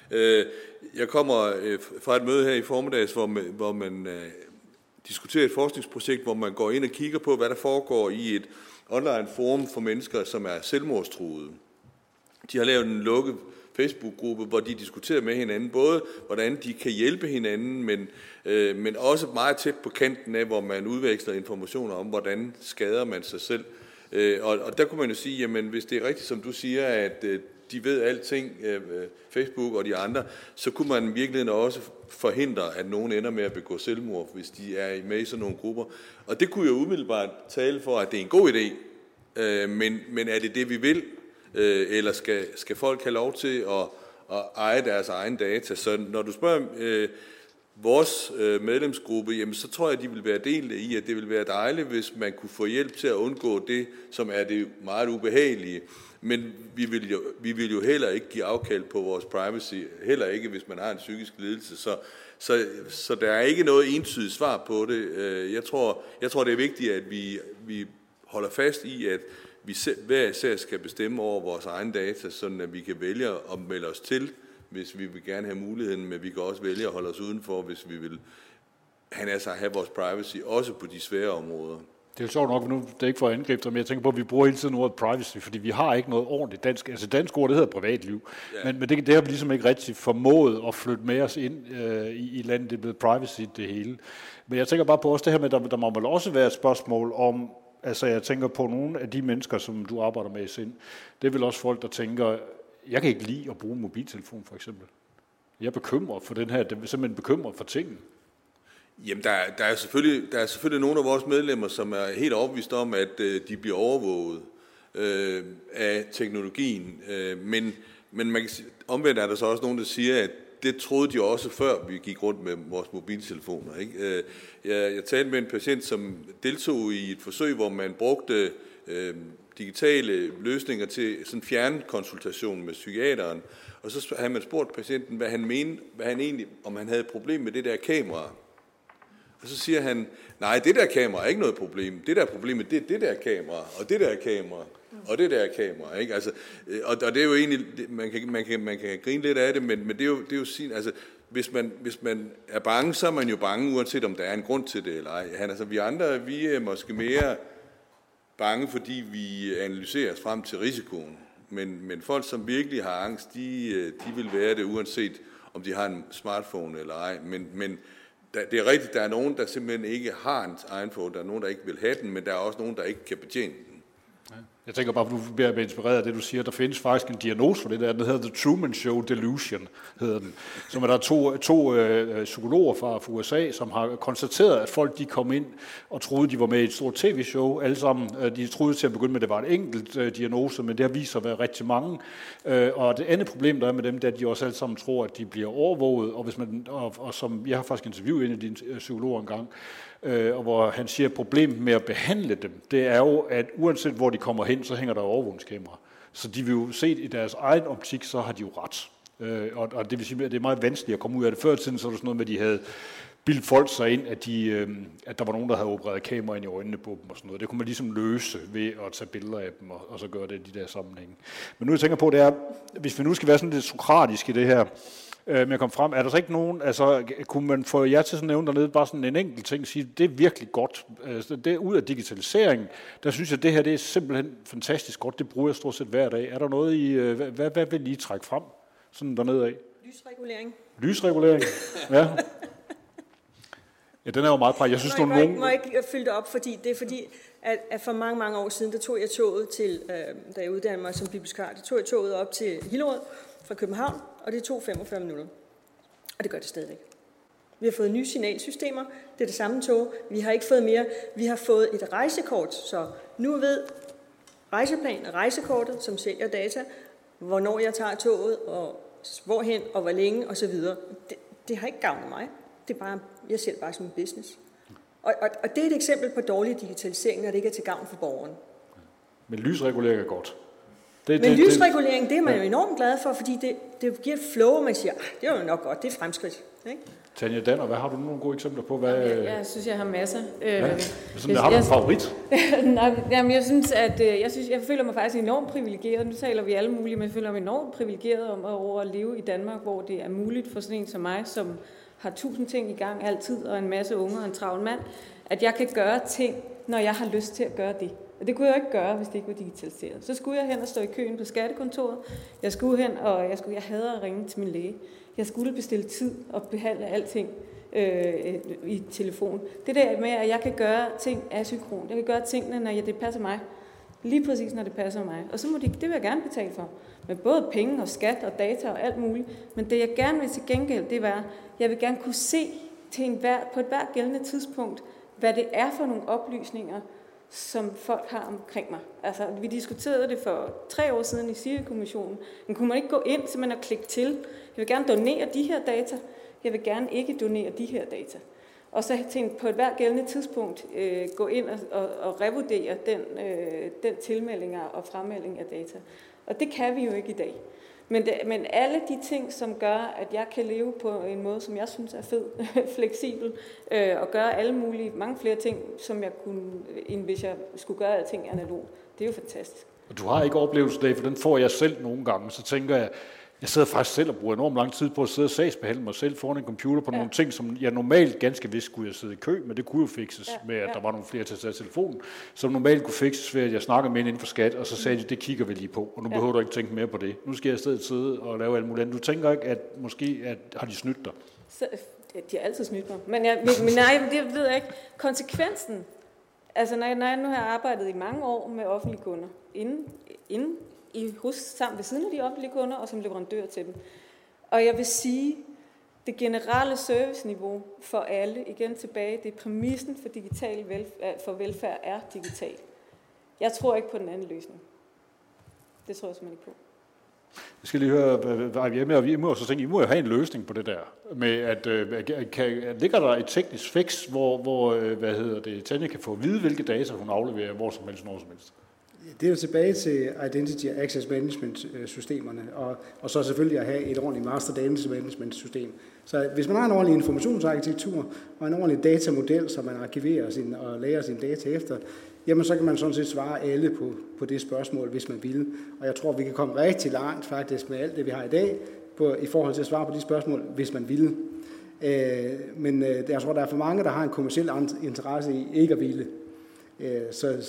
Jeg kommer fra et møde her i formiddags, hvor man, hvor man diskuterer et forskningsprojekt, hvor man går ind og kigger på, hvad der foregår i et online forum for mennesker, som er selvmordstruede. De har lavet en lukket Facebook-gruppe, hvor de diskuterer med hinanden, både hvordan de kan hjælpe hinanden, men, øh, men også meget tæt på kanten af, hvor man udveksler informationer om, hvordan skader man sig selv. Øh, og, og der kunne man jo sige, jamen hvis det er rigtigt, som du siger, at øh, de ved alting, øh, Facebook og de andre, så kunne man virkelig også forhindre, at nogen ender med at begå selvmord, hvis de er med i sådan nogle grupper. Og det kunne jo umiddelbart tale for, at det er en god idé, øh, men, men er det det, vi vil? Eller skal, skal folk have lov til at, at eje deres egen data? Så når du spørger øh, vores øh, medlemsgruppe, jamen, så tror jeg, at de vil være delt i, at det vil være dejligt, hvis man kunne få hjælp til at undgå det, som er det meget ubehagelige. Men vi vil jo, vi vil jo heller ikke give afkald på vores privacy, heller ikke, hvis man har en psykisk lidelse. Så, så, så der er ikke noget entydigt svar på det. Jeg tror, jeg tror det er vigtigt, at vi, vi holder fast i, at vi hver især skal bestemme over vores egen data, sådan at vi kan vælge at melde os til, hvis vi vil gerne have muligheden, men vi kan også vælge at holde os udenfor, hvis vi vil have, altså have vores privacy, også på de svære områder. Det er jo sjovt nok, nu det er ikke for at angribe dig, men jeg tænker på, at vi bruger hele tiden ordet privacy, fordi vi har ikke noget ordentligt dansk. Altså dansk ord, det hedder privatliv, ja. men, men det, det har vi ligesom ikke rigtig formået at flytte med os ind øh, i, i landet. Det er blevet privacy, det hele. Men jeg tænker bare på også det her med, der, der må vel også være et spørgsmål om, altså jeg tænker på nogle af de mennesker, som du arbejder med i Sind. Det er vel også folk, der tænker, jeg kan ikke lide at bruge mobiltelefon for eksempel. Jeg er bekymret for den her, det er simpelthen bekymret for tingene. Jamen, der, der, er selvfølgelig, der er selvfølgelig nogle af vores medlemmer, som er helt overbevist om, at øh, de bliver overvåget øh, af teknologien. Øh, men men man kan, omvendt er der så også nogen, der siger, at det troede de også før, vi gik rundt med vores mobiltelefoner. Ikke? Øh, jeg, jeg talte med en patient, som deltog i et forsøg, hvor man brugte øh, digitale løsninger til sådan fjernkonsultation med psykiateren. Og så havde man spurgt patienten, hvad han mente, hvad han egentlig, om han havde et problem med det der kamera. Og så siger han, nej, det der kamera er ikke noget problem. Det der problemet, det er det der kamera, og det der kamera, og det der kamera. Ikke? Altså, og, og det er jo egentlig, man kan, man kan, man kan grine lidt af det, men, men det er jo, det er jo sin, altså, hvis man, hvis man er bange, så er man jo bange, uanset om der er en grund til det eller ej. Han, altså, vi andre, vi er måske mere bange, fordi vi analyserer os frem til risikoen. Men, men folk, som virkelig har angst, de, de vil være det, uanset om de har en smartphone eller ej. Men, men det er rigtigt, der er nogen, der simpelthen ikke har en egen phone. Der er nogen, der ikke vil have den, men der er også nogen, der ikke kan betjene den. Jeg tænker bare, at du bliver inspireret af det, du siger. Der findes faktisk en diagnose for det der. Den hedder The Truman Show Delusion, hedder den. Som er der to, to øh, psykologer fra, fra U S A, som har konstateret, at folk de kom ind og troede, de var med i et stort tv-show. Alle sammen, øh, de troede til at begynde med, at det var en enkelt øh, diagnose, men det har vist sig at være rigtig mange. Øh, og det andet problem, der er med dem, det er, at de også alle sammen tror, at de bliver overvåget. Og, hvis man, og, og som jeg har faktisk interviewet en af dine øh, psykologer engang, Øh, og hvor han siger, at problemet med at behandle dem, det er jo, at uanset hvor de kommer hen, så hænger der overvågningskamera. Så de vil jo set i deres egen optik, så har de jo ret. Øh, og, og det vil sige, at det er meget vanskeligt at komme ud af det. Før i tiden så var det sådan noget med, at de havde bildet folk sig ind, at, de, øh, at der var nogen, der havde opereret kamera ind i øjnene på dem og sådan noget. Det kunne man ligesom løse ved at tage billeder af dem og, og så gøre det i de der sammenhænge. Men nu jeg tænker på, det er, hvis vi nu skal være sådan lidt sokratisk i det her, med at komme frem. Er der så ikke nogen, altså kunne man få jer til at nævne dernede bare sådan en enkelt ting, sige, det er virkelig godt. Altså, det er ud af digitalisering, der synes jeg, at det her det er simpelthen fantastisk godt. Det bruger jeg stort set hver dag. Er der noget i, hvad, hvad, hvad vil I trække frem sådan dernede af? Lysregulering. Lysregulering, ja. Ja, den er jo meget præg. Jeg synes, må nogle jeg, nogen... Må jeg ikke fylde det op, fordi det er fordi, at, at for mange, mange år siden, der tog jeg toget til, øh, da jeg uddannede mig som bibliotekar, der tog jeg toget op til Hillerød fra København, og det tog femogfyrre minutter. Og det gør det stadigvæk. Vi har fået nye signalsystemer, det er det samme tog, vi har ikke fået mere. Vi har fået et rejsekort, så nu ved rejseplan, rejsekortet, som sælger data, hvornår jeg tager toget, og hvorhen, og hvor længe, osv. Det, det har ikke gavnet mig. Det er bare, jeg ser det bare som en business. Og, og, og det er et eksempel på dårlig digitalisering, når det ikke er til gavn for borgeren. Men lysregulering er godt. Det, Men det, lysregulering, det er man ja. jo enormt glad for, fordi det, det giver et flow, og man siger, ah, det er jo nok godt, det er fremskridt. Ikke? Tanja Danner, hvad har du nogle gode eksempler på? Hvad... Jeg, jeg synes, jeg har masser. Ja. Sådan, jeg, har du en favorit? Nej, jamen, jeg synes, at jeg, synes, jeg føler mig faktisk enormt privilegeret. Nu taler vi alle mulige, men jeg føler mig enormt privilegeret om at, over at leve i Danmark, hvor det er muligt for sådan en som mig, som har tusind ting i gang altid, og en masse unger og en travl mand, at jeg kan gøre ting, når jeg har lyst til at gøre det. Og det kunne jeg jo ikke gøre, hvis det ikke var digitaliseret. Så skulle jeg hen og stå i køen på skattekontoret. Jeg skulle hen, og jeg, skulle, jeg hader at ringe til min læge. Jeg skulle bestille tid og behandle alting øh, i telefon. Det der med, at jeg kan gøre ting asynkron. Jeg kan gøre tingene, når det passer mig. Lige præcis, når det passer mig. Og så må de, det vil jeg gerne betale for. Med både penge og skat og data og alt muligt. Men det jeg gerne vil til gengæld, det var, jeg vil gerne kunne se til en hver, på et hvert gældende tidspunkt, hvad det er for nogle oplysninger, som folk har omkring mig. Altså, vi diskuterede det for tre år siden i SIRI-kommissionen. Men kunne man ikke gå ind simpelthen og klikke til? Jeg vil gerne donere de her data. Jeg vil gerne ikke donere de her data. Og så tænke på et hvert gældende tidspunkt øh, gå ind og, og, og revurdere den, øh, den tilmelding og fremmelding af data. Og det kan vi jo ikke i dag. Men, det, men alle de ting, som gør, at jeg kan leve på en måde, som jeg synes er fed, fleksibel, øh, og gøre alle mulige, mange flere ting, som jeg kunne, end hvis jeg skulle gøre alting analogt, det er jo fantastisk. Og du har ikke oplevelsen af, for den får jeg selv nogle gange, så tænker jeg, jeg sidder faktisk selv og bruger enormt lang tid på at sidde og sagsbehandle mig selv foran en computer på ja. nogle ting, som jeg normalt ganske vist skulle jeg sidde i kø, men det kunne jo fikses ja. med, at ja. der var nogle flere til at tage telefonen, som normalt kunne fikses ved, at jeg snakkede med en inden for skat, og så sagde de, det kigger vi lige på, og nu ja. behøver du ikke tænke mere på det. Nu skal jeg i stedet sidde og lave alt muligt. Du tænker ikke, at måske at, har de snydt dig? Så, de har altid snydt mig, men, jeg, men nej, det ved jeg ikke. Konsekvensen, altså når jeg, når jeg nu har arbejdet i mange år med offentlige kunder, inden, inden i hos sammen ved siden af de offentlige kunder og som leverandør til dem. Og jeg vil sige, det generelle serviceniveau for alle, igen tilbage, det er præmissen for digital velfærd, for velfærd er digital. Jeg tror ikke på den anden løsning. Det tror jeg simpelthen ikke på. Jeg skal lige høre, I må også tænke, I må jo have en løsning på det der, med at, kan, ligger der et teknisk fix, hvor, hvor hvad hedder det, Tanja kan få at vide, hvilke data hun afleverer, hvor som helst, når som helst? Det er jo tilbage til Identity and Access Management-systemerne, og, og så selvfølgelig at have et ordentligt Master Data Management-system. Så hvis man har en ordentlig informationsarkitektur og en ordentlig datamodel, som man arkiverer sin, og lærer sine data efter, jamen så kan man sådan set svare alle på, på det spørgsmål, hvis man vil. Og jeg tror, vi kan komme rigtig langt faktisk med alt det, vi har i dag, på, i forhold til at svare på de spørgsmål, hvis man vil. Øh, men øh, jeg tror, der er for mange, der har en kommerciel interesse i ikke at ville. Øh, så... Øh,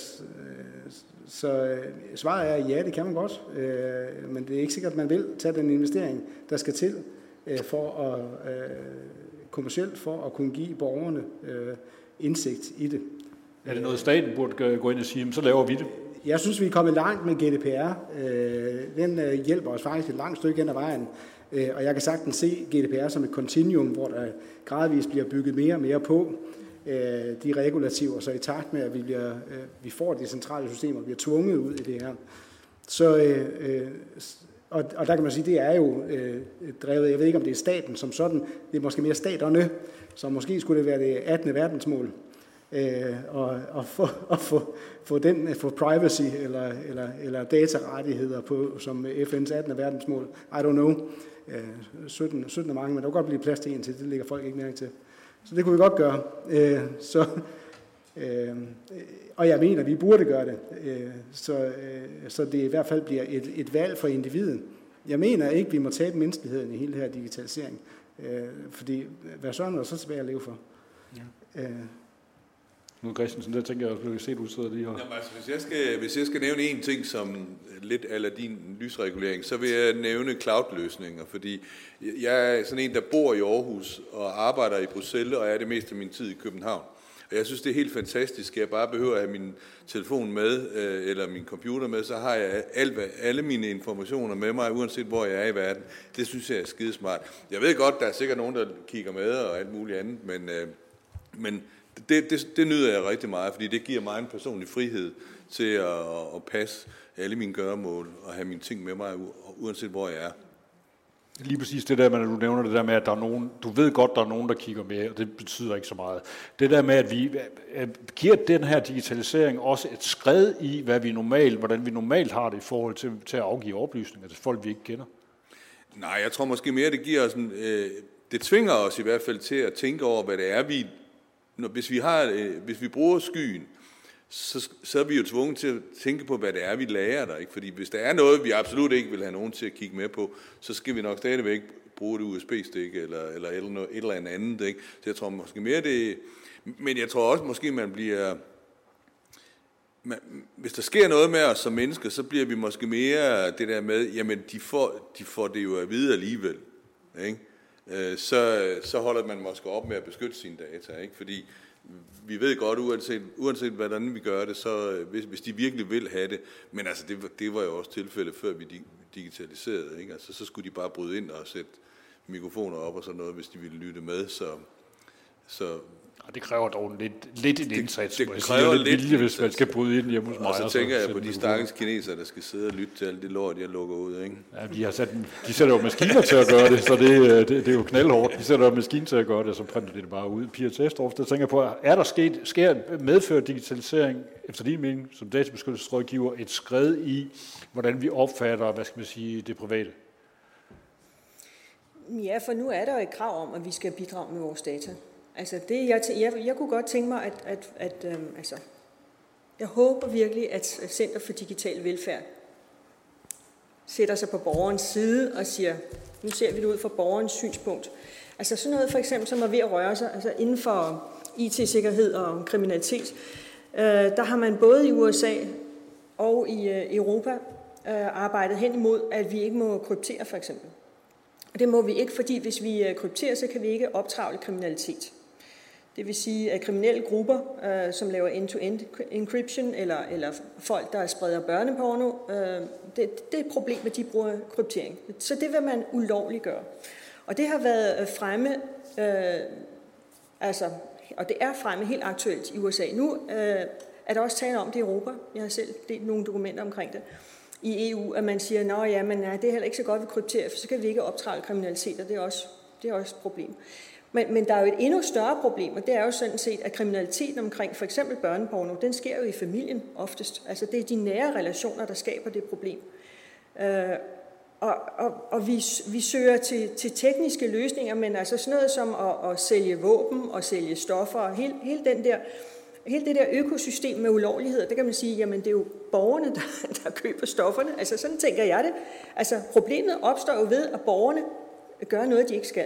Så svaret er, ja, det kan man godt, øh, men det er ikke sikkert, at man vil tage den investering, der skal til øh, for at, øh, kommercielt for at kunne give borgerne øh, indsigt i det. Er det noget, staten burde gå ind og sige, så laver vi det? Jeg synes, vi er kommet langt med G D P R. Øh, den øh, hjælper os faktisk et langt stykke hen ad vejen, øh, og jeg kan sagtens se G D P R som et continuum, hvor der gradvist bliver bygget mere og mere på. De regulativer, så i takt med, at vi, bliver, vi får de centrale systemer, bliver tvunget ud i det her. Så, øh, og, og der kan man sige, det er jo øh, drevet, jeg ved ikke, om det er staten som sådan, det er måske mere staterne, så måske skulle det være det attende verdensmål, øh, og, og, få, og få, få, den, få privacy eller, eller, eller datarettigheder på, som F N's attende verdensmål. I don't know. Øh, sytten, sytten er mange, men der kan godt blive plads til en til, det ligger folk ikke mærke til. Så det kunne vi godt gøre. Øh, så, øh, og jeg mener, at vi burde gøre det. Øh, så, øh, så det i hvert fald bliver et, et valg for individet. Jeg mener ikke, at vi må tabe menneskeligheden i hele det her digitalisering. Øh, fordi hvad søren er så tilbage at leve for? Ja. Øh, Nu Christensen, der tænker jeg, at du set, du sidder lige her. Jamen, altså, hvis, jeg skal, hvis jeg skal nævne en ting som lidt ala din lysregulering, så vil jeg nævne cloud-løsninger, fordi jeg er sådan en, der bor i Aarhus og arbejder i Bruxelles, og er det meste af min tid i København. Og jeg synes, det er helt fantastisk, at jeg bare behøver at have min telefon med, eller min computer med, så har jeg alle, alle mine informationer med mig, uanset hvor jeg er i verden. Det synes jeg er skidesmart. Jeg ved godt, der er sikkert nogen, der kigger med og alt muligt andet, men, men Det, det, det nyder jeg rigtig meget, fordi det giver mig en personlig frihed til at, at passe alle mine gøremål og have mine ting med mig, uanset hvor jeg er. Lige præcis det der med, at du nævner det der med, at der er nogen, du ved godt, der er nogen, der kigger med, og det betyder ikke så meget. Det der med, at vi giver den her digitalisering også et skred i, hvad vi normalt, hvordan vi normalt har det i forhold til, til at afgive oplysninger til folk, vi ikke kender. Nej, jeg tror måske mere, det giver os en, øh, det tvinger os i hvert fald til at tænke over, hvad det er, vi, når, hvis vi har, øh, hvis vi bruger skyen, så, så er vi jo tvunget til at tænke på, hvad det er, vi lærer der. Ikke? Fordi hvis der er noget, vi absolut ikke vil have nogen til at kigge med på, så skal vi nok stadigvæk bruge det U S B-stik eller, eller et eller andet. Ikke? Så jeg tror måske mere det... Men jeg tror også, måske man bliver... Man, hvis der sker noget med os som mennesker, så bliver vi måske mere det der med, jamen de får, de får det jo at vide alligevel. Ikke? Så, så holder man måske op med at beskytte sine data. Ikke? Fordi vi ved godt, uanset, uanset hvordan vi gør det, så hvis, hvis de virkelig vil have det, men altså det, det var jo også tilfældet, før vi digitaliserede, ikke? Altså så skulle de bare bryde ind og sætte mikrofoner op og sådan noget, hvis de ville lytte med, så... så det kræver dog lidt, lidt en indsats, det, det, det kræver lidt vilje, hvis man skal bryde ind hjemme hos mig. Og så tænker jeg på de stakkels kinesere, der skal sidde og lytte til alt det lort, jeg lukker ud, ikke? Ja, de, har sat, de sætter jo maskiner til at gøre det, så det, det, det er jo knaldhårdt. De sætter jo maskiner til at gøre det, og så printer de det bare ud. Pia Testorff, der tænker på, er der sket, sker medfører digitalisering, efter din mening, som databeskyttelsesrådgiver, et skred i, hvordan vi opfatter, hvad skal man sige, det private? Ja, for nu er der jo et krav om, at vi skal bidrage med vores data. Altså det, jeg, jeg, jeg kunne godt tænke mig, at, at, at øhm, altså, jeg håber virkelig, at Center for Digital Velfærd sætter sig på borgerens side og siger, nu ser vi det ud fra borgerens synspunkt. Altså sådan noget for eksempel, som er ved at røre sig, altså inden for I T-sikkerhed og kriminalitet, øh, der har man både i U S A og i øh, Europa øh, arbejdet hen imod, at vi ikke må kryptere for eksempel. Og det må vi ikke, fordi hvis vi øh, krypterer, så kan vi ikke optravle kriminalitet. Det vil sige, at kriminelle grupper, øh, som laver end-to-end encryption, eller, eller folk, der spreder børneporno, øh, det, det er et problem, at de bruger kryptering. Så det vil man ulovligt gøre. Og det har været fremme, øh, altså, og det er fremme helt aktuelt i U S A. Nu øh, er der også tale om det i Europa. Jeg har selv delt nogle dokumenter omkring det. I E U, at man siger, nå ja, men nej, det er heller ikke så godt, vi krypterer, for så kan vi ikke optræde kriminalitet, og det er også, det er også et problem. Men, men der er jo et endnu større problem, og det er jo sådan set, at kriminaliteten omkring for eksempel børneporno, den sker jo i familien oftest. Altså det er de nære relationer, der skaber det problem. Øh, og og, og vi, vi søger til, til tekniske løsninger, men altså sådan noget som at, at sælge våben og sælge stoffer, og hele, hele, den der, hele det der økosystem med ulovligheder, det kan man sige, jamen det er jo borgerne, der, der køber stofferne. Altså sådan tænker jeg det. Altså problemet opstår jo ved, at borgerne gør noget, de ikke skal.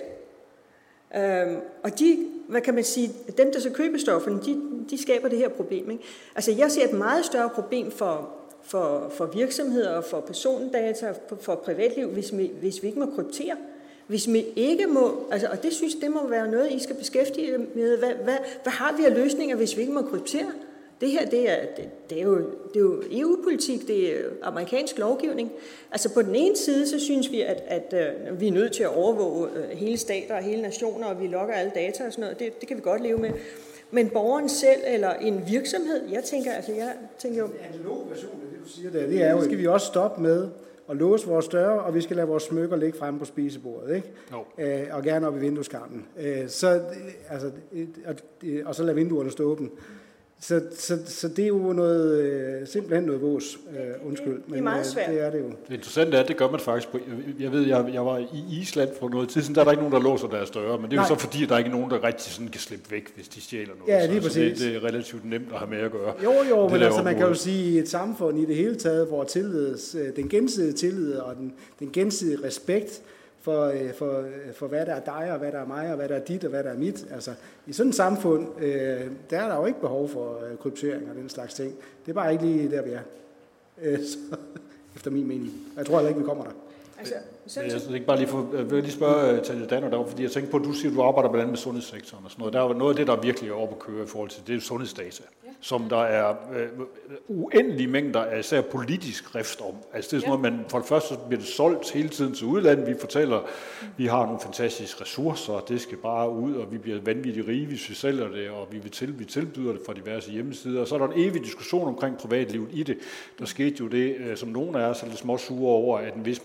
Øhm, og de, hvad kan man sige, dem der så køber stofferne, de, de skaber det her problem, ikke? Altså jeg ser et meget større problem for, for, for virksomheder og for persondata, for, for privatliv, hvis vi, hvis vi ikke må kryptere. Hvis vi ikke må, altså, og det synes det må være noget, I skal beskæftige jer med. Hvad, hvad, hvad har vi af løsninger, hvis vi ikke må kryptere? Det her, det er, det, det er jo, det er jo E U-politik, det er amerikansk lovgivning. Altså på den ene side, så synes vi, at, at, at vi er nødt til at overvåge hele stater og hele nationer, og vi logger alle data og sådan noget. Det, det kan vi godt leve med. Men borgeren selv eller en virksomhed, jeg tænker, altså jeg tænker jo... Den analoge version af det, du siger der, det er jo, skal vi også stoppe med at låse vores døre, og vi skal lade vores smykker ligge fremme på spisebordet, ikke? No. Æ, og gerne op i vindueskarmen. Æ, så, altså, og, og så lade vinduerne stå åbne. Så, så, så det er jo noget, øh, simpelthen noget vås, øh, undskyld. Men, det er meget svært. Øh, det er det jo. Det interessante er, at det gør man faktisk på, jeg ved, jeg, jeg var i Island for noget tid siden, der er der ikke nogen, der låser deres døre, men det er Nej. jo så fordi, at der ikke er nogen, der rigtig sådan kan slippe væk, hvis de stjæler noget. Ja, lige så, præcis. Så det, det er relativt nemt at have med at gøre. Jo, jo, men altså, man kan jo sige, et samfund i det hele taget, hvor tillids, den gensidige tillid og den, den gensidige respekt For, for, for hvad der er dig, og hvad der er mig, og hvad der er dit, og hvad der er mit. Altså, i sådan et samfund, øh, der er der jo ikke behov for øh, kryptering og den slags ting. Det er bare ikke lige der, vi er. Øh, så, efter min mening. Jeg tror heller ikke, vi kommer der. Altså, jeg synes ikke bare lige for, jeg vil lige spørge Tanja Danner derovre, fordi jeg tænker på, at du siger, at du arbejder blandt andet med sundhedssektoren og sådan noget. Der er noget af det, der virkelig er oppe at køre i forhold til, det er sundhedsdata, ja. som der er øh, uendelige mængder af især politisk rift om. Altså det er sådan ja. noget, man for det første så bliver det solgt hele tiden til udlandet. Vi fortæller, mm. vi har nogle fantastiske ressourcer, det skal bare ud, og vi bliver vanvittigt rige, hvis vi sælger det, og vi, vil til, vi tilbyder det fra diverse hjemmesider. Og så er der en evig diskussion omkring privatlivet i det. Der skete jo det, som nogen af os er lidt små sure over, at en vis Margrethe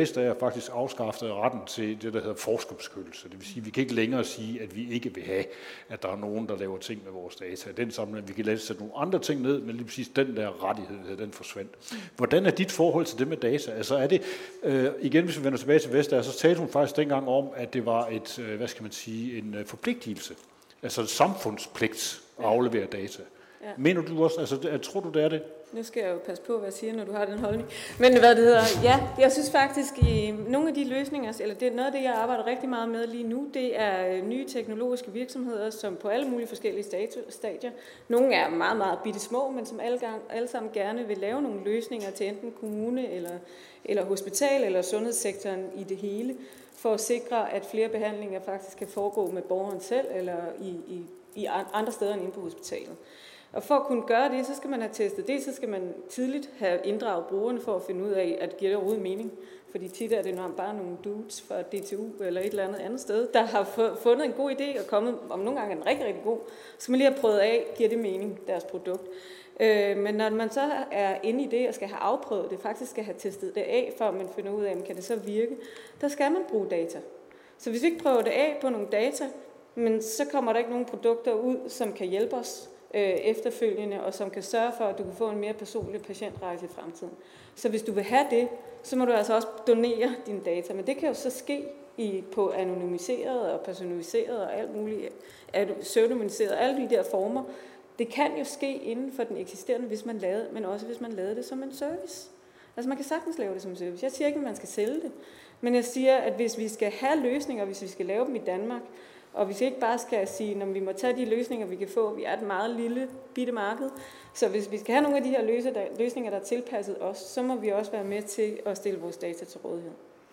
Vestager faktisk afskaffede retten til det, der hedder forskerbeskyttelse. Det vil sige, at vi kan ikke længere sige, at vi ikke vil have, at der er nogen, der laver ting med vores data. Den sammenhæng, vi kan lade sætte nogle andre ting ned, men lige præcis den der rettighed, den forsvandt. Hvordan er dit forhold til det med data? Altså er det, øh, igen hvis vi vender tilbage til Vestager, så talte hun faktisk dengang om, at det var et, øh, hvad skal man sige, en øh, forpligtelse. Altså en samfundspligt at aflevere data. Ja. Mener du også, altså tror du, det er det? Nu skal jeg jo passe på, hvad jeg siger, når du har den holdning. Men hvad det hedder, ja, jeg synes faktisk, i nogle af de løsninger, eller det er noget af det, jeg arbejder rigtig meget med lige nu, det er nye teknologiske virksomheder, som på alle mulige forskellige stadier. Nogle er meget, meget bitte små, men som alle, gang, alle sammen gerne vil lave nogle løsninger til enten kommune, eller, eller hospital, eller sundhedssektoren i det hele, for at sikre, at flere behandlinger faktisk kan foregå med borgeren selv, eller i, i, i andre steder end inde på hospitalet. Og for at kunne gøre det, så skal man have testet det, så skal man tidligt have inddraget brugerne for at finde ud af, at det giver det overhovedet mening. Fordi tit er det når bare nogle dudes fra D T U eller et eller andet andet sted, der har fundet en god idé og kommet, om nogle gange er den rigtig, rigtig god, så skal man lige have prøvet af, giver det mening, deres produkt. Øh, men når man så er inde i det og skal have afprøvet det, faktisk skal have testet det af, før man finder ud af, om kan det så virke, der skal man bruge data. Så hvis vi ikke prøver det af på nogle data, men så kommer der ikke nogen produkter ud, som kan hjælpe os efterfølgende, og som kan sørge for, at du kan få en mere personlig patientrejse i fremtiden. Så hvis du vil have det, så må du altså også donere dine data, men det kan jo så ske i, på anonymiseret og personaliseret og alt muligt, pseudonymiseret, alle de der former. Det kan jo ske inden for den eksisterende, hvis man lavede, men også hvis man lavede det som en service. Altså man kan sagtens lave det som en service. Jeg siger ikke, at man skal sælge det, men jeg siger, at hvis vi skal have løsninger, hvis vi skal lave dem i Danmark, og hvis vi ikke bare skal sige, at vi må tage de løsninger, vi kan få, vi er et meget lille, bitte marked, så hvis vi skal have nogle af de her løsninger, der er tilpasset os, så må vi også være med til at stille vores data til rådighed.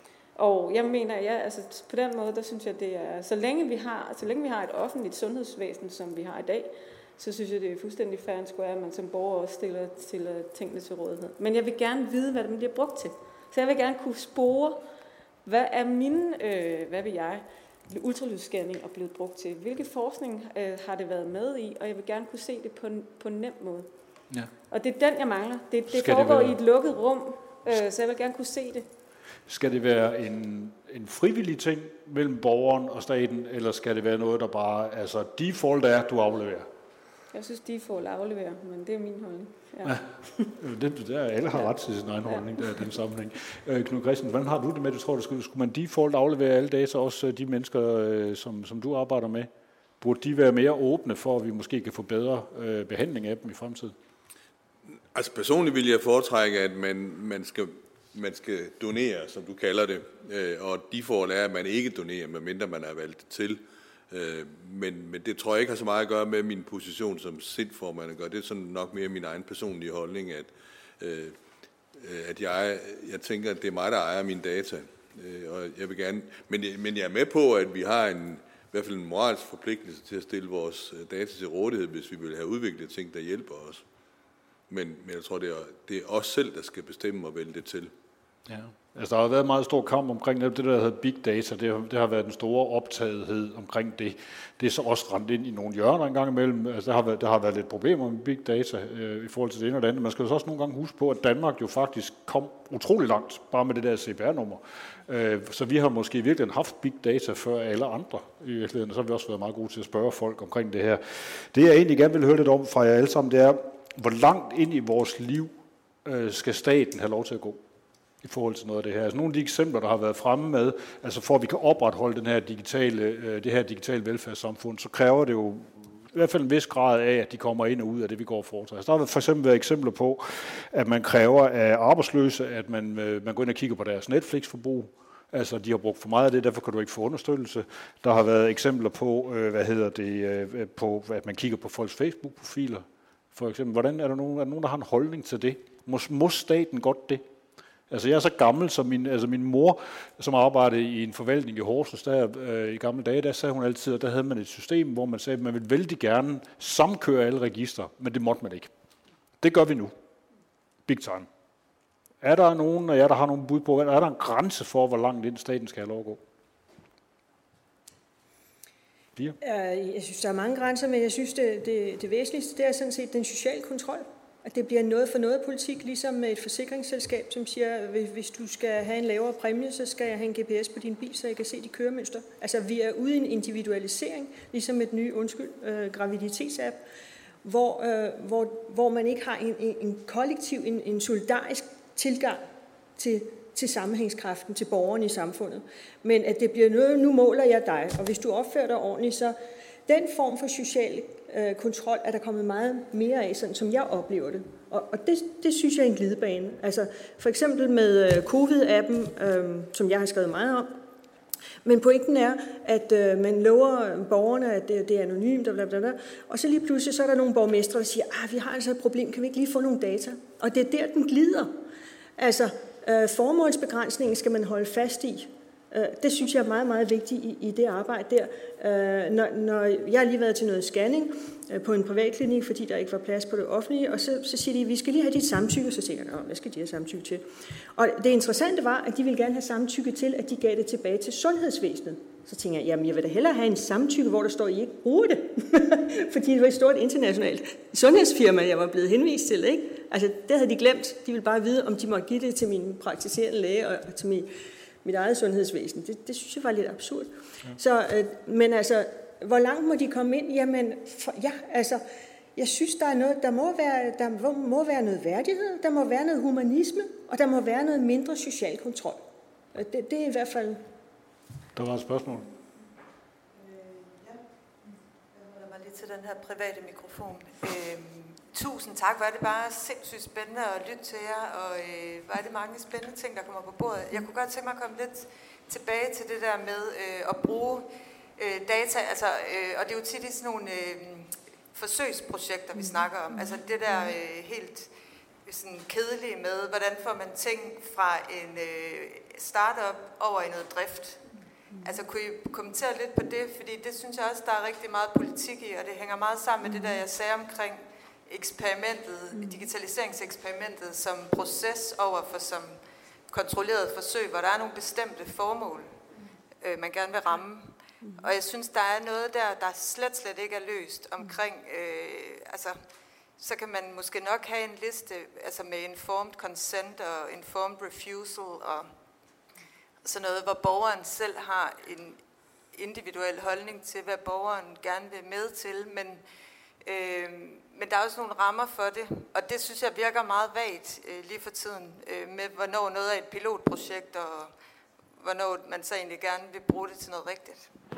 Og jeg mener, ja, altså på den måde, der synes jeg, det er, så længe vi har, så længe vi har et offentligt sundhedsvæsen, som vi har i dag, så synes jeg, det er fuldstændig fair and square, at man som borger også stiller, stiller tingene til rådighed. Men jeg vil gerne vide, hvad det bliver brugt til. Så jeg vil gerne kunne spore, hvad er mine, øh, hvad vil jeg, ultralydsscanning er blevet brugt til. Hvilke forskning øh, har det været med i, og jeg vil gerne kunne se det på en, på en nem måde. Ja. Og det er den, jeg mangler. Det, det foregår det i et lukket rum, øh, så jeg vil gerne kunne se det. Skal det være en, en frivillig ting mellem borgeren og staten, eller skal det være noget, der bare, altså default er, du afleverer? Jeg synes, default afleverer, men det er min holdning. Ja. Ja, det, der alle har ret til sin egen holdning, der er den sammenhæng. Øh, Knud Christensen, hvordan har du det med, du tror, det skulle, skulle man default aflevere alle data, også de mennesker, øh, som, som du arbejder med? Burde de være mere åbne for, at vi måske kan få bedre øh, behandling af dem i fremtiden? Altså personligt vil jeg foretrække, at man, man, skal, man skal donere, som du kalder det, øh, og default er, at man ikke donerer, medmindre man er valgt til. Men, men det tror jeg ikke har så meget at gøre med min position som sindformand. Det er sådan nok mere min egen personlige holdning, at, øh, at jeg, jeg tænker, at det er mig, der ejer mine data. Og jeg vil gerne, men, men jeg er med på, at vi har en, i hvert fald en moralsk forpligtelse til at stille vores data til rådighed, hvis vi vil have udviklet ting, der hjælper os. Men, men jeg tror, det er, det er os selv, der skal bestemme og vælge det til. Ja. Altså, der har været en meget stor kamp omkring det, det der hedder big data. Det har, det har været den store optagethed omkring det. Det er så også rendt ind i nogle hjørner en gang imellem. Altså, der har været, der har været lidt problemer med big data øh, i forhold til det ene og det andet. Man skal også nogle gange huske på, at Danmark jo faktisk kom utrolig langt, bare med det der C P R-nummer. Øh, så vi har måske virkelig haft big data før alle andre i virkeligheden, og så har vi også været meget gode til at spørge folk omkring det her. Det jeg egentlig gerne vil høre lidt om fra jer alle sammen, det er, hvor langt ind i vores liv øh, skal staten have lov til at gå i forhold til noget af det her. Altså nogle af de eksempler, der har været fremme med, altså for at vi kan opretholde den her digitale, det her digitale velfærdssamfund, så kræver det jo i hvert fald en vis grad af, at de kommer ind og ud af det, vi går og foretager. Altså der har for eksempel været eksempler på, at man kræver af arbejdsløse, at man, man går ind og kigger på deres Netflix-forbrug. Altså, de har brugt for meget af det, derfor kan du ikke få understøttelse. Der har været eksempler på, hvad hedder det, på, at man kigger på folks Facebook-profiler. For eksempel, hvordan er der nogen, er der, nogen der har en holdning til det? Må, må staten godt det? Altså, jeg er så gammel, som min, altså min mor, som arbejdede i en forvaltning i Horsens, der øh, i gamle dage, der sagde hun altid, at der havde man et system, hvor man sagde, at man ville vældig gerne samkøre alle registre, men det måtte man ikke. Det gør vi nu. Big time. Er der nogen af jer, der har nogle bud på, er der en grænse for, hvor langt ind staten skal have lov at gå? Jeg synes, der er mange grænser, men jeg synes, det, det, det væsentligste, det er sådan set den sociale kontrol. At det bliver noget for noget politik, ligesom med et forsikringsselskab, som siger, at hvis du skal have en lavere præmie, så skal jeg have en G P S på din bil, så jeg kan se dit køremønster. Altså, vi er ude i en individualisering, ligesom et ny, undskyld, øh, graviditetsapp, hvor, øh, hvor, hvor man ikke har en, en, en kollektiv, en, en solidarisk tilgang til, til sammenhængskraften, til borgerne i samfundet. Men at det bliver noget, nu måler jeg dig, og hvis du opfører dig ordentligt, så den form for social øh, kontrol er der kommet meget mere af, sådan som jeg oplever det. Og, og det, det synes jeg er en glidebane. Altså for eksempel med øh, covid-appen, øh, som jeg har skrevet meget om. Men pointen er, at øh, man lover borgerne, at det, det er anonymt, og, bla, bla, bla, og så lige pludselig så er der nogle borgmestre, der siger, at vi har altså et problem, kan vi ikke lige få nogle data? Og det er der, den glider. Altså øh, formålsbegrænsningen skal man holde fast i. Det synes jeg er meget, meget vigtigt i, i det arbejde der. Når, når jeg har lige været til noget scanning på en privatklinik, fordi der ikke var plads på det offentlige, og så, så siger de, vi skal lige have dit samtykke, så tænker jeg, hvad skal de have samtykke til? Og det interessante var, at de ville gerne have samtykke til, at de gav det tilbage til sundhedsvæsenet. Så tænker jeg, jamen jeg vil da hellere have en samtykke, hvor der står, at I ikke bruger det. Fordi det var et stort internationalt sundhedsfirma, jeg var blevet henvist til, ikke? Altså det havde de glemt. De ville bare vide, om de måtte give det til min praktiserende læge og til min mit eget sundhedsvæsen. Det, det synes jeg var lidt absurd. Ja. Så, øh, men altså, hvor langt må de komme ind? Jamen, for, ja, altså, jeg synes, der er noget, der må være, der må være noget værdighed, der må være noget humanisme, og der må være noget mindre social kontrol. Det, det er i hvert fald... Der var et spørgsmål. Øh, ja, jeg holder mig lige til den her private mikrofon. Øh, Tusind tak, hvor er det bare sindssygt spændende at lytte til jer, og øh, hvor er det mange spændende ting, der kommer på bordet. Jeg kunne godt tænke mig at komme lidt tilbage til det der med øh, at bruge øh, data, altså, øh, og det er jo tit i sådan nogle øh, forsøgsprojekter, vi snakker om. Altså det der øh, helt sådan kedelige med, hvordan får man ting fra en øh, startup over i noget drift. Altså kunne I kommentere lidt på det, fordi det synes jeg også, der er rigtig meget politik i, og det hænger meget sammen med det der, jeg sagde omkring eksperimentet, digitaliseringseksperimentet som proces over for som kontrolleret forsøg, hvor der er nogle bestemte formål, øh, man gerne vil ramme. Og jeg synes, der er noget der, der slet, slet ikke er løst omkring, øh, altså, så kan man måske nok have en liste altså med informed consent og informed refusal og sådan noget, hvor borgeren selv har en individuel holdning til, hvad borgeren gerne vil med til, men Øh, men der er også nogle rammer for det, og det synes jeg virker meget vagt øh, lige for tiden, øh, med hvornår noget er et pilotprojekt, og hvornår man så egentlig gerne vil bruge det til noget rigtigt.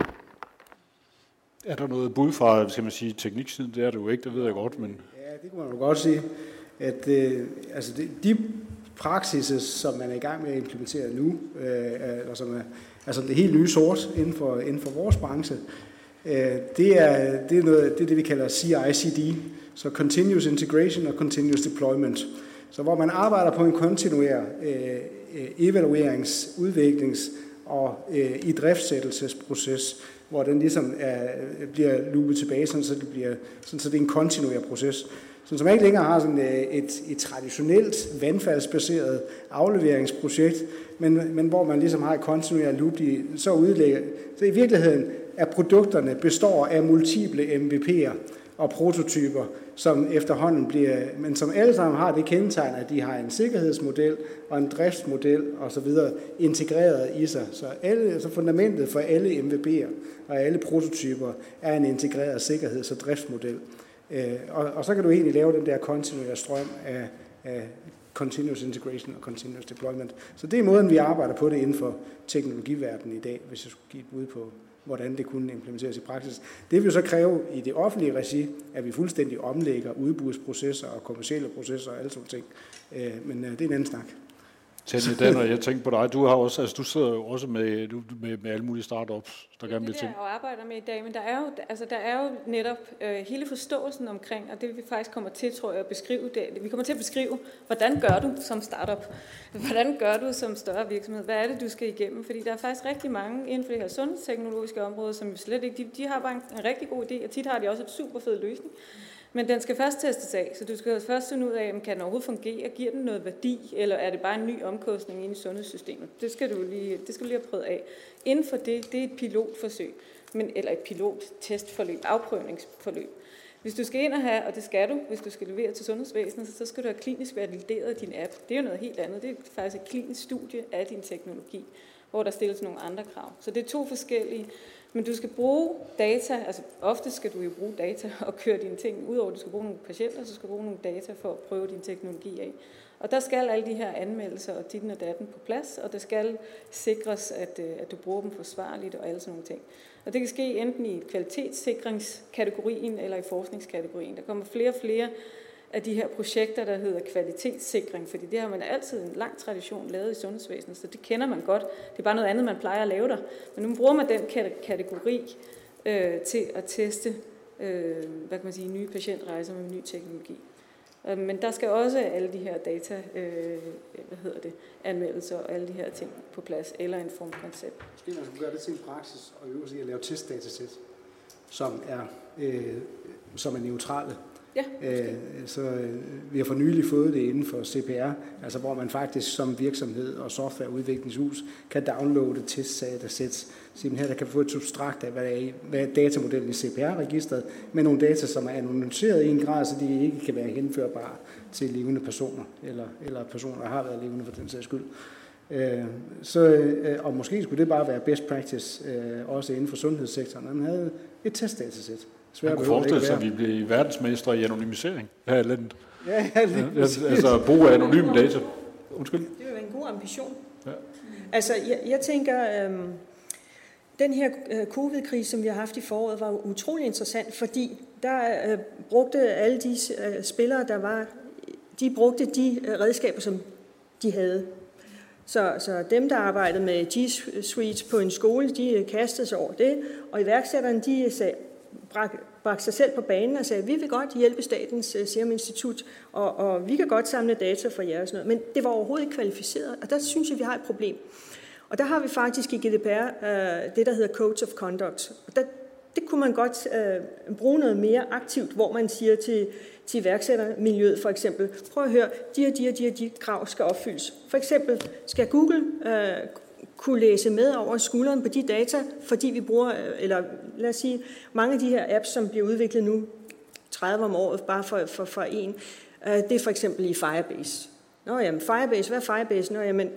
Er der noget bud fra, skal man sige, tekniksiden? Det er det jo ikke, det ved jeg godt, men... Ja, det kunne man jo godt sige, at øh, altså de, de praksiser, som man er i gang med at implementere nu, øh, og som er altså det helt nye sort inden for, inden for vores branche, Det er, det er noget, det er det, vi kalder C I C D, så Continuous Integration og Continuous Deployment. Så hvor man arbejder på en kontinuer øh, evaluerings-, udviklings- og øh, i driftsættelsesproces, hvor den ligesom er, bliver loopet tilbage, sådan, så det bliver, sådan, så det er en kontinuer proces. Så man ikke længere har sådan et, et traditionelt vandfaldsbaseret afleveringsprojekt, men, men hvor man ligesom har et kontinuerligt loop, så udlægger. Så i virkeligheden at produkterne består af multiple M V P'er og prototyper, som efterhånden bliver, men som alle sammen har det kendetegn, at de har en sikkerhedsmodel og en driftsmodel osv. integreret i sig. Så, alle, så fundamentet for alle M V P'er og alle prototyper er en integreret sikkerheds- og driftsmodel. Og, og så kan du egentlig lave den der kontinuerlige strøm af, af continuous integration og continuous deployment. Så det er måden, vi arbejder på det inden for teknologiverdenen i dag, hvis jeg skulle give et bud på, hvordan det kunne implementeres i praksis. Det vil så kræve i det offentlige regi, at vi fuldstændig omlægger udbudsprocesser og kommercielle processer og alle sådan ting. Men det er en anden snak. Tanja Danner, jeg tænker på dig. Du har også, altså du sidder jo også med, med, med alle mulige startups, der gerne vil til. Det er det, jeg arbejder med i dag, men der er jo, altså, der er jo netop øh, hele forståelsen omkring, og det vi faktisk kommer til, tror jeg, at beskrive det. Vi kommer til at beskrive, hvordan gør du som startup? Hvordan gør du som større virksomhed? Hvad er det, du skal igennem? Fordi der er faktisk rigtig mange inden for det her sundhedsteknologiske område, som jo slet ikke, de, de har bare en, en rigtig god idé, og tit har de også et super fed løsning. Men den skal først testes af, så du skal først finde ud af, om kan den overhovedet fungere, giver den noget værdi, eller er det bare en ny omkostning ind i sundhedssystemet. Det skal du lige, det skal du lige have prøvet af. Inden for det, det er et pilotforsøg, men, eller et pilottestforløb, afprøvningsforløb. Hvis du skal ind og have, og det skal du, hvis du skal levere til sundhedsvæsenet, så skal du have klinisk valideret din app. Det er jo noget helt andet. Det er faktisk et klinisk studie af din teknologi, hvor der stilles nogle andre krav. Så det er to forskellige. Men du skal bruge data, altså ofte skal du jo bruge data og køre dine ting. Udover at du skal bruge nogle patienter, så skal du bruge nogle data for at prøve din teknologi af. Og der skal alle de her anmeldelser og ditten og datten på plads, og det skal sikres, at, at du bruger dem forsvarligt og alle sådan nogle ting. Og det kan ske enten i kvalitetssikringskategorien eller i forskningskategorien. Der kommer flere og flere af de her projekter, der hedder kvalitetssikring, fordi det har man altid en lang tradition lavet i sundhedsvæsenet, så det kender man godt. Det er bare noget andet, man plejer at lave der. Men nu bruger man den kategori øh, til at teste øh, hvad kan man sige, nye patientrejser med ny teknologi. Øh, men der skal også alle de her data, øh, hvad hedder det, anmeldelser og alle de her ting på plads, eller en formkoncept. Måske man skulle gøre det til en praksis og øve sig i at lave testdatasæt, som er, øh, som er neutrale. Ja, øh, så øh, vi har for nylig fået det inden for C P R, altså hvor man faktisk som virksomhed og softwareudviklingshus kan downloade testdatasæt. Simpelthen her der kan få et substrakt af, hvad er, hvad er datamodellen i C P R-registret, med nogle data, som er anonymiseret i en grad, så de ikke kan være henførbare til levende personer, eller, eller personer, der har været levende for den sags skyld. Øh, så, øh, og måske skulle det bare være best practice, øh, også inden for sundhedssektoren, at man havde et testdatasæt. Man kunne forestille sig, at vi blev verdensmestre i anonymisering her i landet. Ja, ja, lige ja, altså brug af anonyme data. Undskyld. Det vil være en god ambition. Ja. Altså, jeg, jeg tænker, øhm, den her øh, covid-krise, som vi har haft i foråret, var utrolig interessant, fordi der øh, brugte alle de øh, spillere, der var, de brugte de øh, redskaber, som de havde. Så, så dem, der arbejdede med G Suites på en skole, de kastede sig over det, og iværksætterne, de sagde, bragte sig selv på banen og sagde, vi vil godt hjælpe Statens Serum Institut, og, og vi kan godt samle data for jer og sådan noget. Men det var overhovedet ikke kvalificeret, og der synes jeg, vi har et problem. Og der har vi faktisk i G D P R øh, det, der hedder Codes of Conduct. Og der, det kunne man godt øh, bruge noget mere aktivt, hvor man siger til, til iværksættermiljøet for eksempel, prøv at høre, de og de og de og de krav skal opfyldes. For eksempel skal Google øh, kunne læse med over skulderen på de data, fordi vi bruger, eller lad os sige, mange af de her apps, som bliver udviklet nu, tredive om året, bare for, for, for en, det er for eksempel i Firebase. Nå jamen, Firebase, hvad er Firebase? Nå jamen,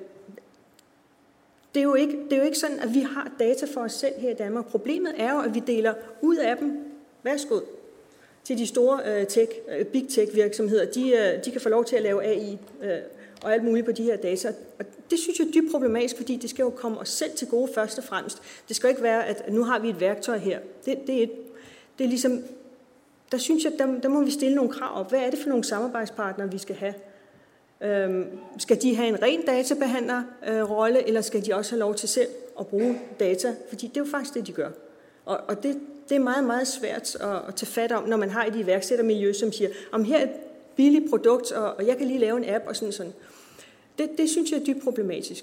det er, jo ikke, det er jo ikke sådan, at vi har data for os selv her i Danmark. Problemet er jo, at vi deler ud af dem, værsgo, til de store uh, tech, uh, big tech virksomheder. De, uh, de kan få lov til at lave A I uh, og alt muligt på de her data. Og det synes jeg er dybt problematisk, fordi det skal jo komme os selv til gode først og fremmest. Det skal ikke være, at nu har vi et værktøj her. Det, det, er, et, det er ligesom, der synes jeg, der, der må vi stille nogle krav op. Hvad er det for nogle samarbejdspartnere, vi skal have? Øhm, skal de have en ren databehandlerrolle, øh, eller skal de også have lov til selv at bruge data? Fordi det er jo faktisk det, de gør. Og, og det, det er meget, meget svært at, at tage fat om, når man har et iværksættermiljø, som siger, om her er et billigt produkt, og, og jeg kan lige lave en app og sådan sådan. Det, det synes jeg er dybt problematisk.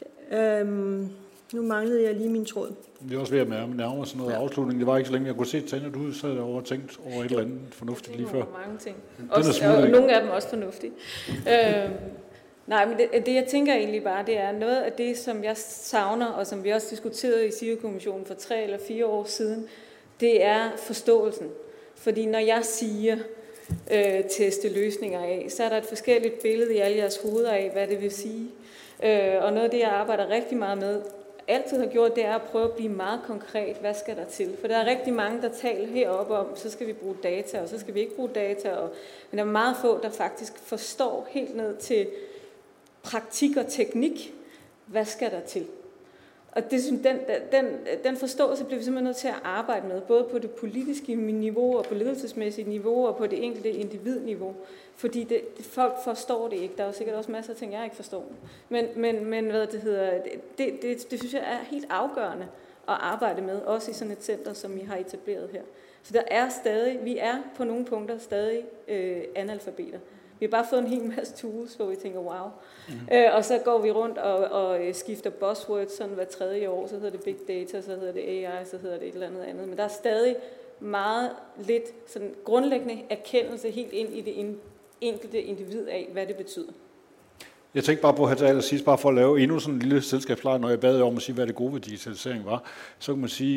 Øhm, nu manglede jeg lige min tråd. Det er også ved at nærme sådan noget ja. afslutning. Det var ikke så længe, jeg kunne se Tanja, du sad derovre og tænkt over et eller andet fornuftigt lige før. Mange ting. Også, og nogle af dem også fornuftige. øhm, nej, men det, det jeg tænker egentlig bare, det er noget af det, som jeg savner, og som vi også diskuterede i S I R O-kommissionen for tre eller fire år siden, det er forståelsen. Fordi når jeg siger øh, teste løsninger af, så er der et forskelligt billede i alle jeres hoveder af, hvad det vil sige. Øh, og noget af det, jeg arbejder rigtig meget med, altid har gjort, det er at prøve at blive meget konkret, hvad skal der til? For der er rigtig mange, der taler heroppe om, så skal vi bruge data, og så skal vi ikke bruge data, og, men der er meget få, der faktisk forstår helt ned til praktik og teknik, hvad skal der til? Og det, den, den, den forståelse bliver vi simpelthen nødt til at arbejde med, både på det politiske niveau, og på ledelsesmæssige niveau, og på det enkelte individniveau. Fordi det, folk forstår det ikke. Der er jo sikkert også masser af ting, jeg ikke forstår. Men, men, men hvad det hedder, det, det, det synes jeg er helt afgørende at arbejde med, også i sådan et center, som vi har etableret her. Så der er stadig, vi er på nogle punkter stadig øh, analfabeter. Vi har bare fået en hel masse tools, hvor vi tænker, wow. Mm. Øh, og så går vi rundt og, og skifter buzzwords sådan hver tredje år. Så hedder det big data, så hedder det A I, så hedder det et eller andet andet. Men der er stadig meget lidt sådan grundlæggende erkendelse helt ind i det enkelte individ af, hvad det betyder. Jeg tænkte bare på her til allersidst, bare for at lave endnu sådan en lille selskabspleje, når jeg bad om at sige, hvad det gode ved digitalisering var. Så kan man sige,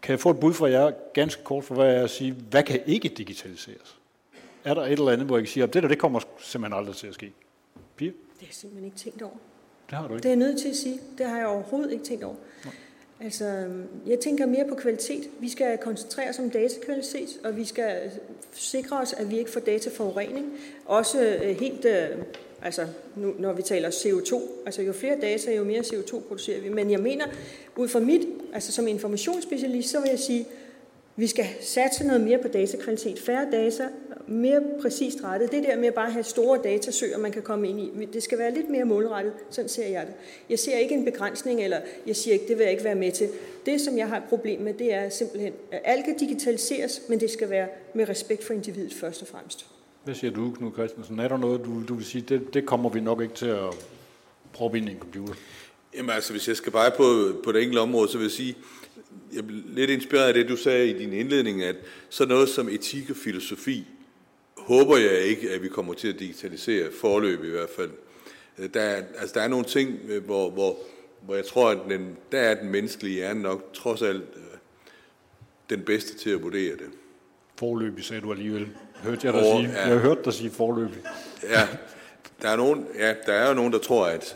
Kan jeg få et bud fra jer, ganske kort for, hvad jeg er at sige, hvad kan ikke digitaliseres? Er der et eller andet, hvor jeg kan sige, at det der, det kommer simpelthen aldrig til at ske? Pia? Det har jeg simpelthen ikke tænkt over. Det har du ikke? Det er jeg nødt til at sige. Det har jeg overhovedet ikke tænkt over. Nej. Altså, jeg tænker mere på kvalitet. Vi skal koncentrere os om datakvalitet, og vi skal sikre os, at vi ikke får dataforurening. Også helt, altså nu, når vi taler C O to, altså jo flere data, jo mere C O to producerer vi. Men jeg mener, ud fra mit, altså som informationsspecialist, så vil jeg sige, vi skal satse noget mere på datakvalitet. Færre data, mere præcist rettet. Det der med at bare have store datasøer, man kan komme ind i, det skal være lidt mere målrettet. Sådan ser jeg det. Jeg ser ikke en begrænsning, eller jeg siger ikke, det vil jeg ikke være med til. Det, som jeg har et problem med, det er simpelthen, at alt kan digitaliseres, men det skal være med respekt for individet først og fremmest. Hvad siger du, Knud Christensen? Er der noget, du, du vil sige, det, det kommer vi nok ikke til at proppe ind i en computer? Jamen altså, hvis jeg skal bare på, på det enkelte område, så vil jeg sige, jeg blev lidt inspireret af det, du sagde i din indledning, at så noget som etik og filosofi, håber jeg ikke, at vi kommer til at digitalisere, forløb i hvert fald. Der er, altså, der er nogle ting, hvor, hvor, hvor jeg tror, at den, der er den menneskelige hjerne nok trods alt øh, den bedste til at vurdere det. Forløbig, sagde du alligevel. Hørte jeg dig sige? Ja. Jeg har hørt dig sige forløbig. Ja, der er, nogen, ja, der er jo nogen, der tror, at,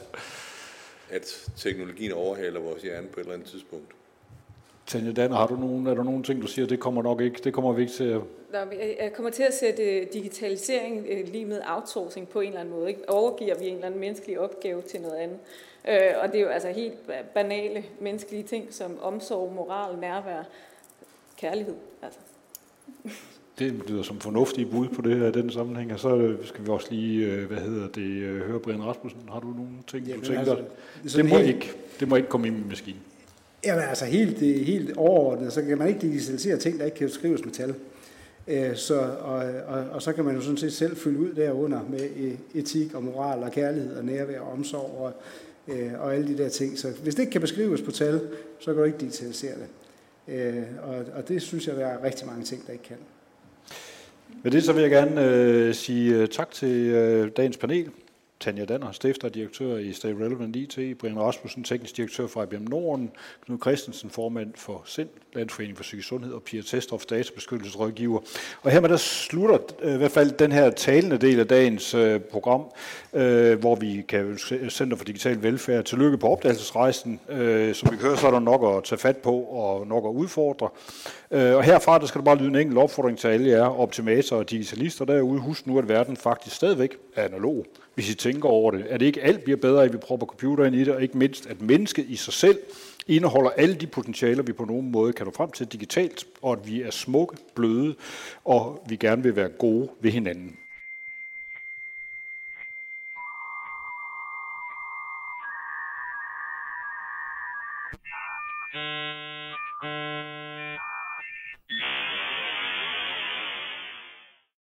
at teknologien overhaler vores hjerne på et eller andet tidspunkt. Tanja Danner, har du nogen, er der nogle ting, du siger, det kommer nok ikke, det kommer vi ikke til at... Jeg kommer til at sætte digitalisering lige med outsourcing på en eller anden måde. Ikke? Overgiver vi en eller anden menneskelig opgave til noget andet. Og det er jo altså helt banale menneskelige ting, som omsorg, moral, nærvær, kærlighed. Altså. Det lyder som fornuftige bud på det her i den sammenhæng, og så skal vi også lige, hvad hedder det, høre Brian Rasmussen. Har du nogle ting, Jamen, du tænker, altså, det, det, må helt... ikke, det må ikke komme ind i maskinen? Jamen altså helt, helt overordnet, så kan man ikke digitalisere ting, der ikke kan skrives med tal. Så, og, og, og så kan man jo sådan set selv fylde ud derunder med etik og moral og kærlighed og nærvær og omsorg og, og alle de der ting. Så hvis det ikke kan beskrives på tal, så kan du ikke digitalisere det. Og, og det synes jeg, der er rigtig mange ting, der ikke kan. Med det så vil jeg gerne øh, sige tak til øh, dagens panel. Tanja Danner, stifter og direktør i Stay Relevant I T, Brian Rasmussen, teknisk direktør for I B M Norden, Knud Christensen, formand for SIND, Landsforening for Psykisk Sundhed, og Pia Testrup, databeskyttelsesrådgiver. Og hermed der slutter øh, i hvert fald den her talende del af dagens øh, program, øh, hvor vi kan ønske Center for Digital Velfærd tillykke på opdagelsesrejsen. Øh, som vi kan høre, så er der nok at tage fat på og nok at udfordre. Øh, og herfra der skal der bare lyde en enkelt opfordring til alle jer optimatorer og digitalister derude. Husk nu, at verden faktisk stadigvæk er analog. Hvis I tænker over det, at det ikke alt bliver bedre, at vi propper computer ind i det, og ikke mindst, at mennesket i sig selv indeholder alle de potentialer, vi på nogen måde kan nå frem til digitalt, og at vi er smukke, bløde, og vi gerne vil være gode ved hinanden. Mm-hmm.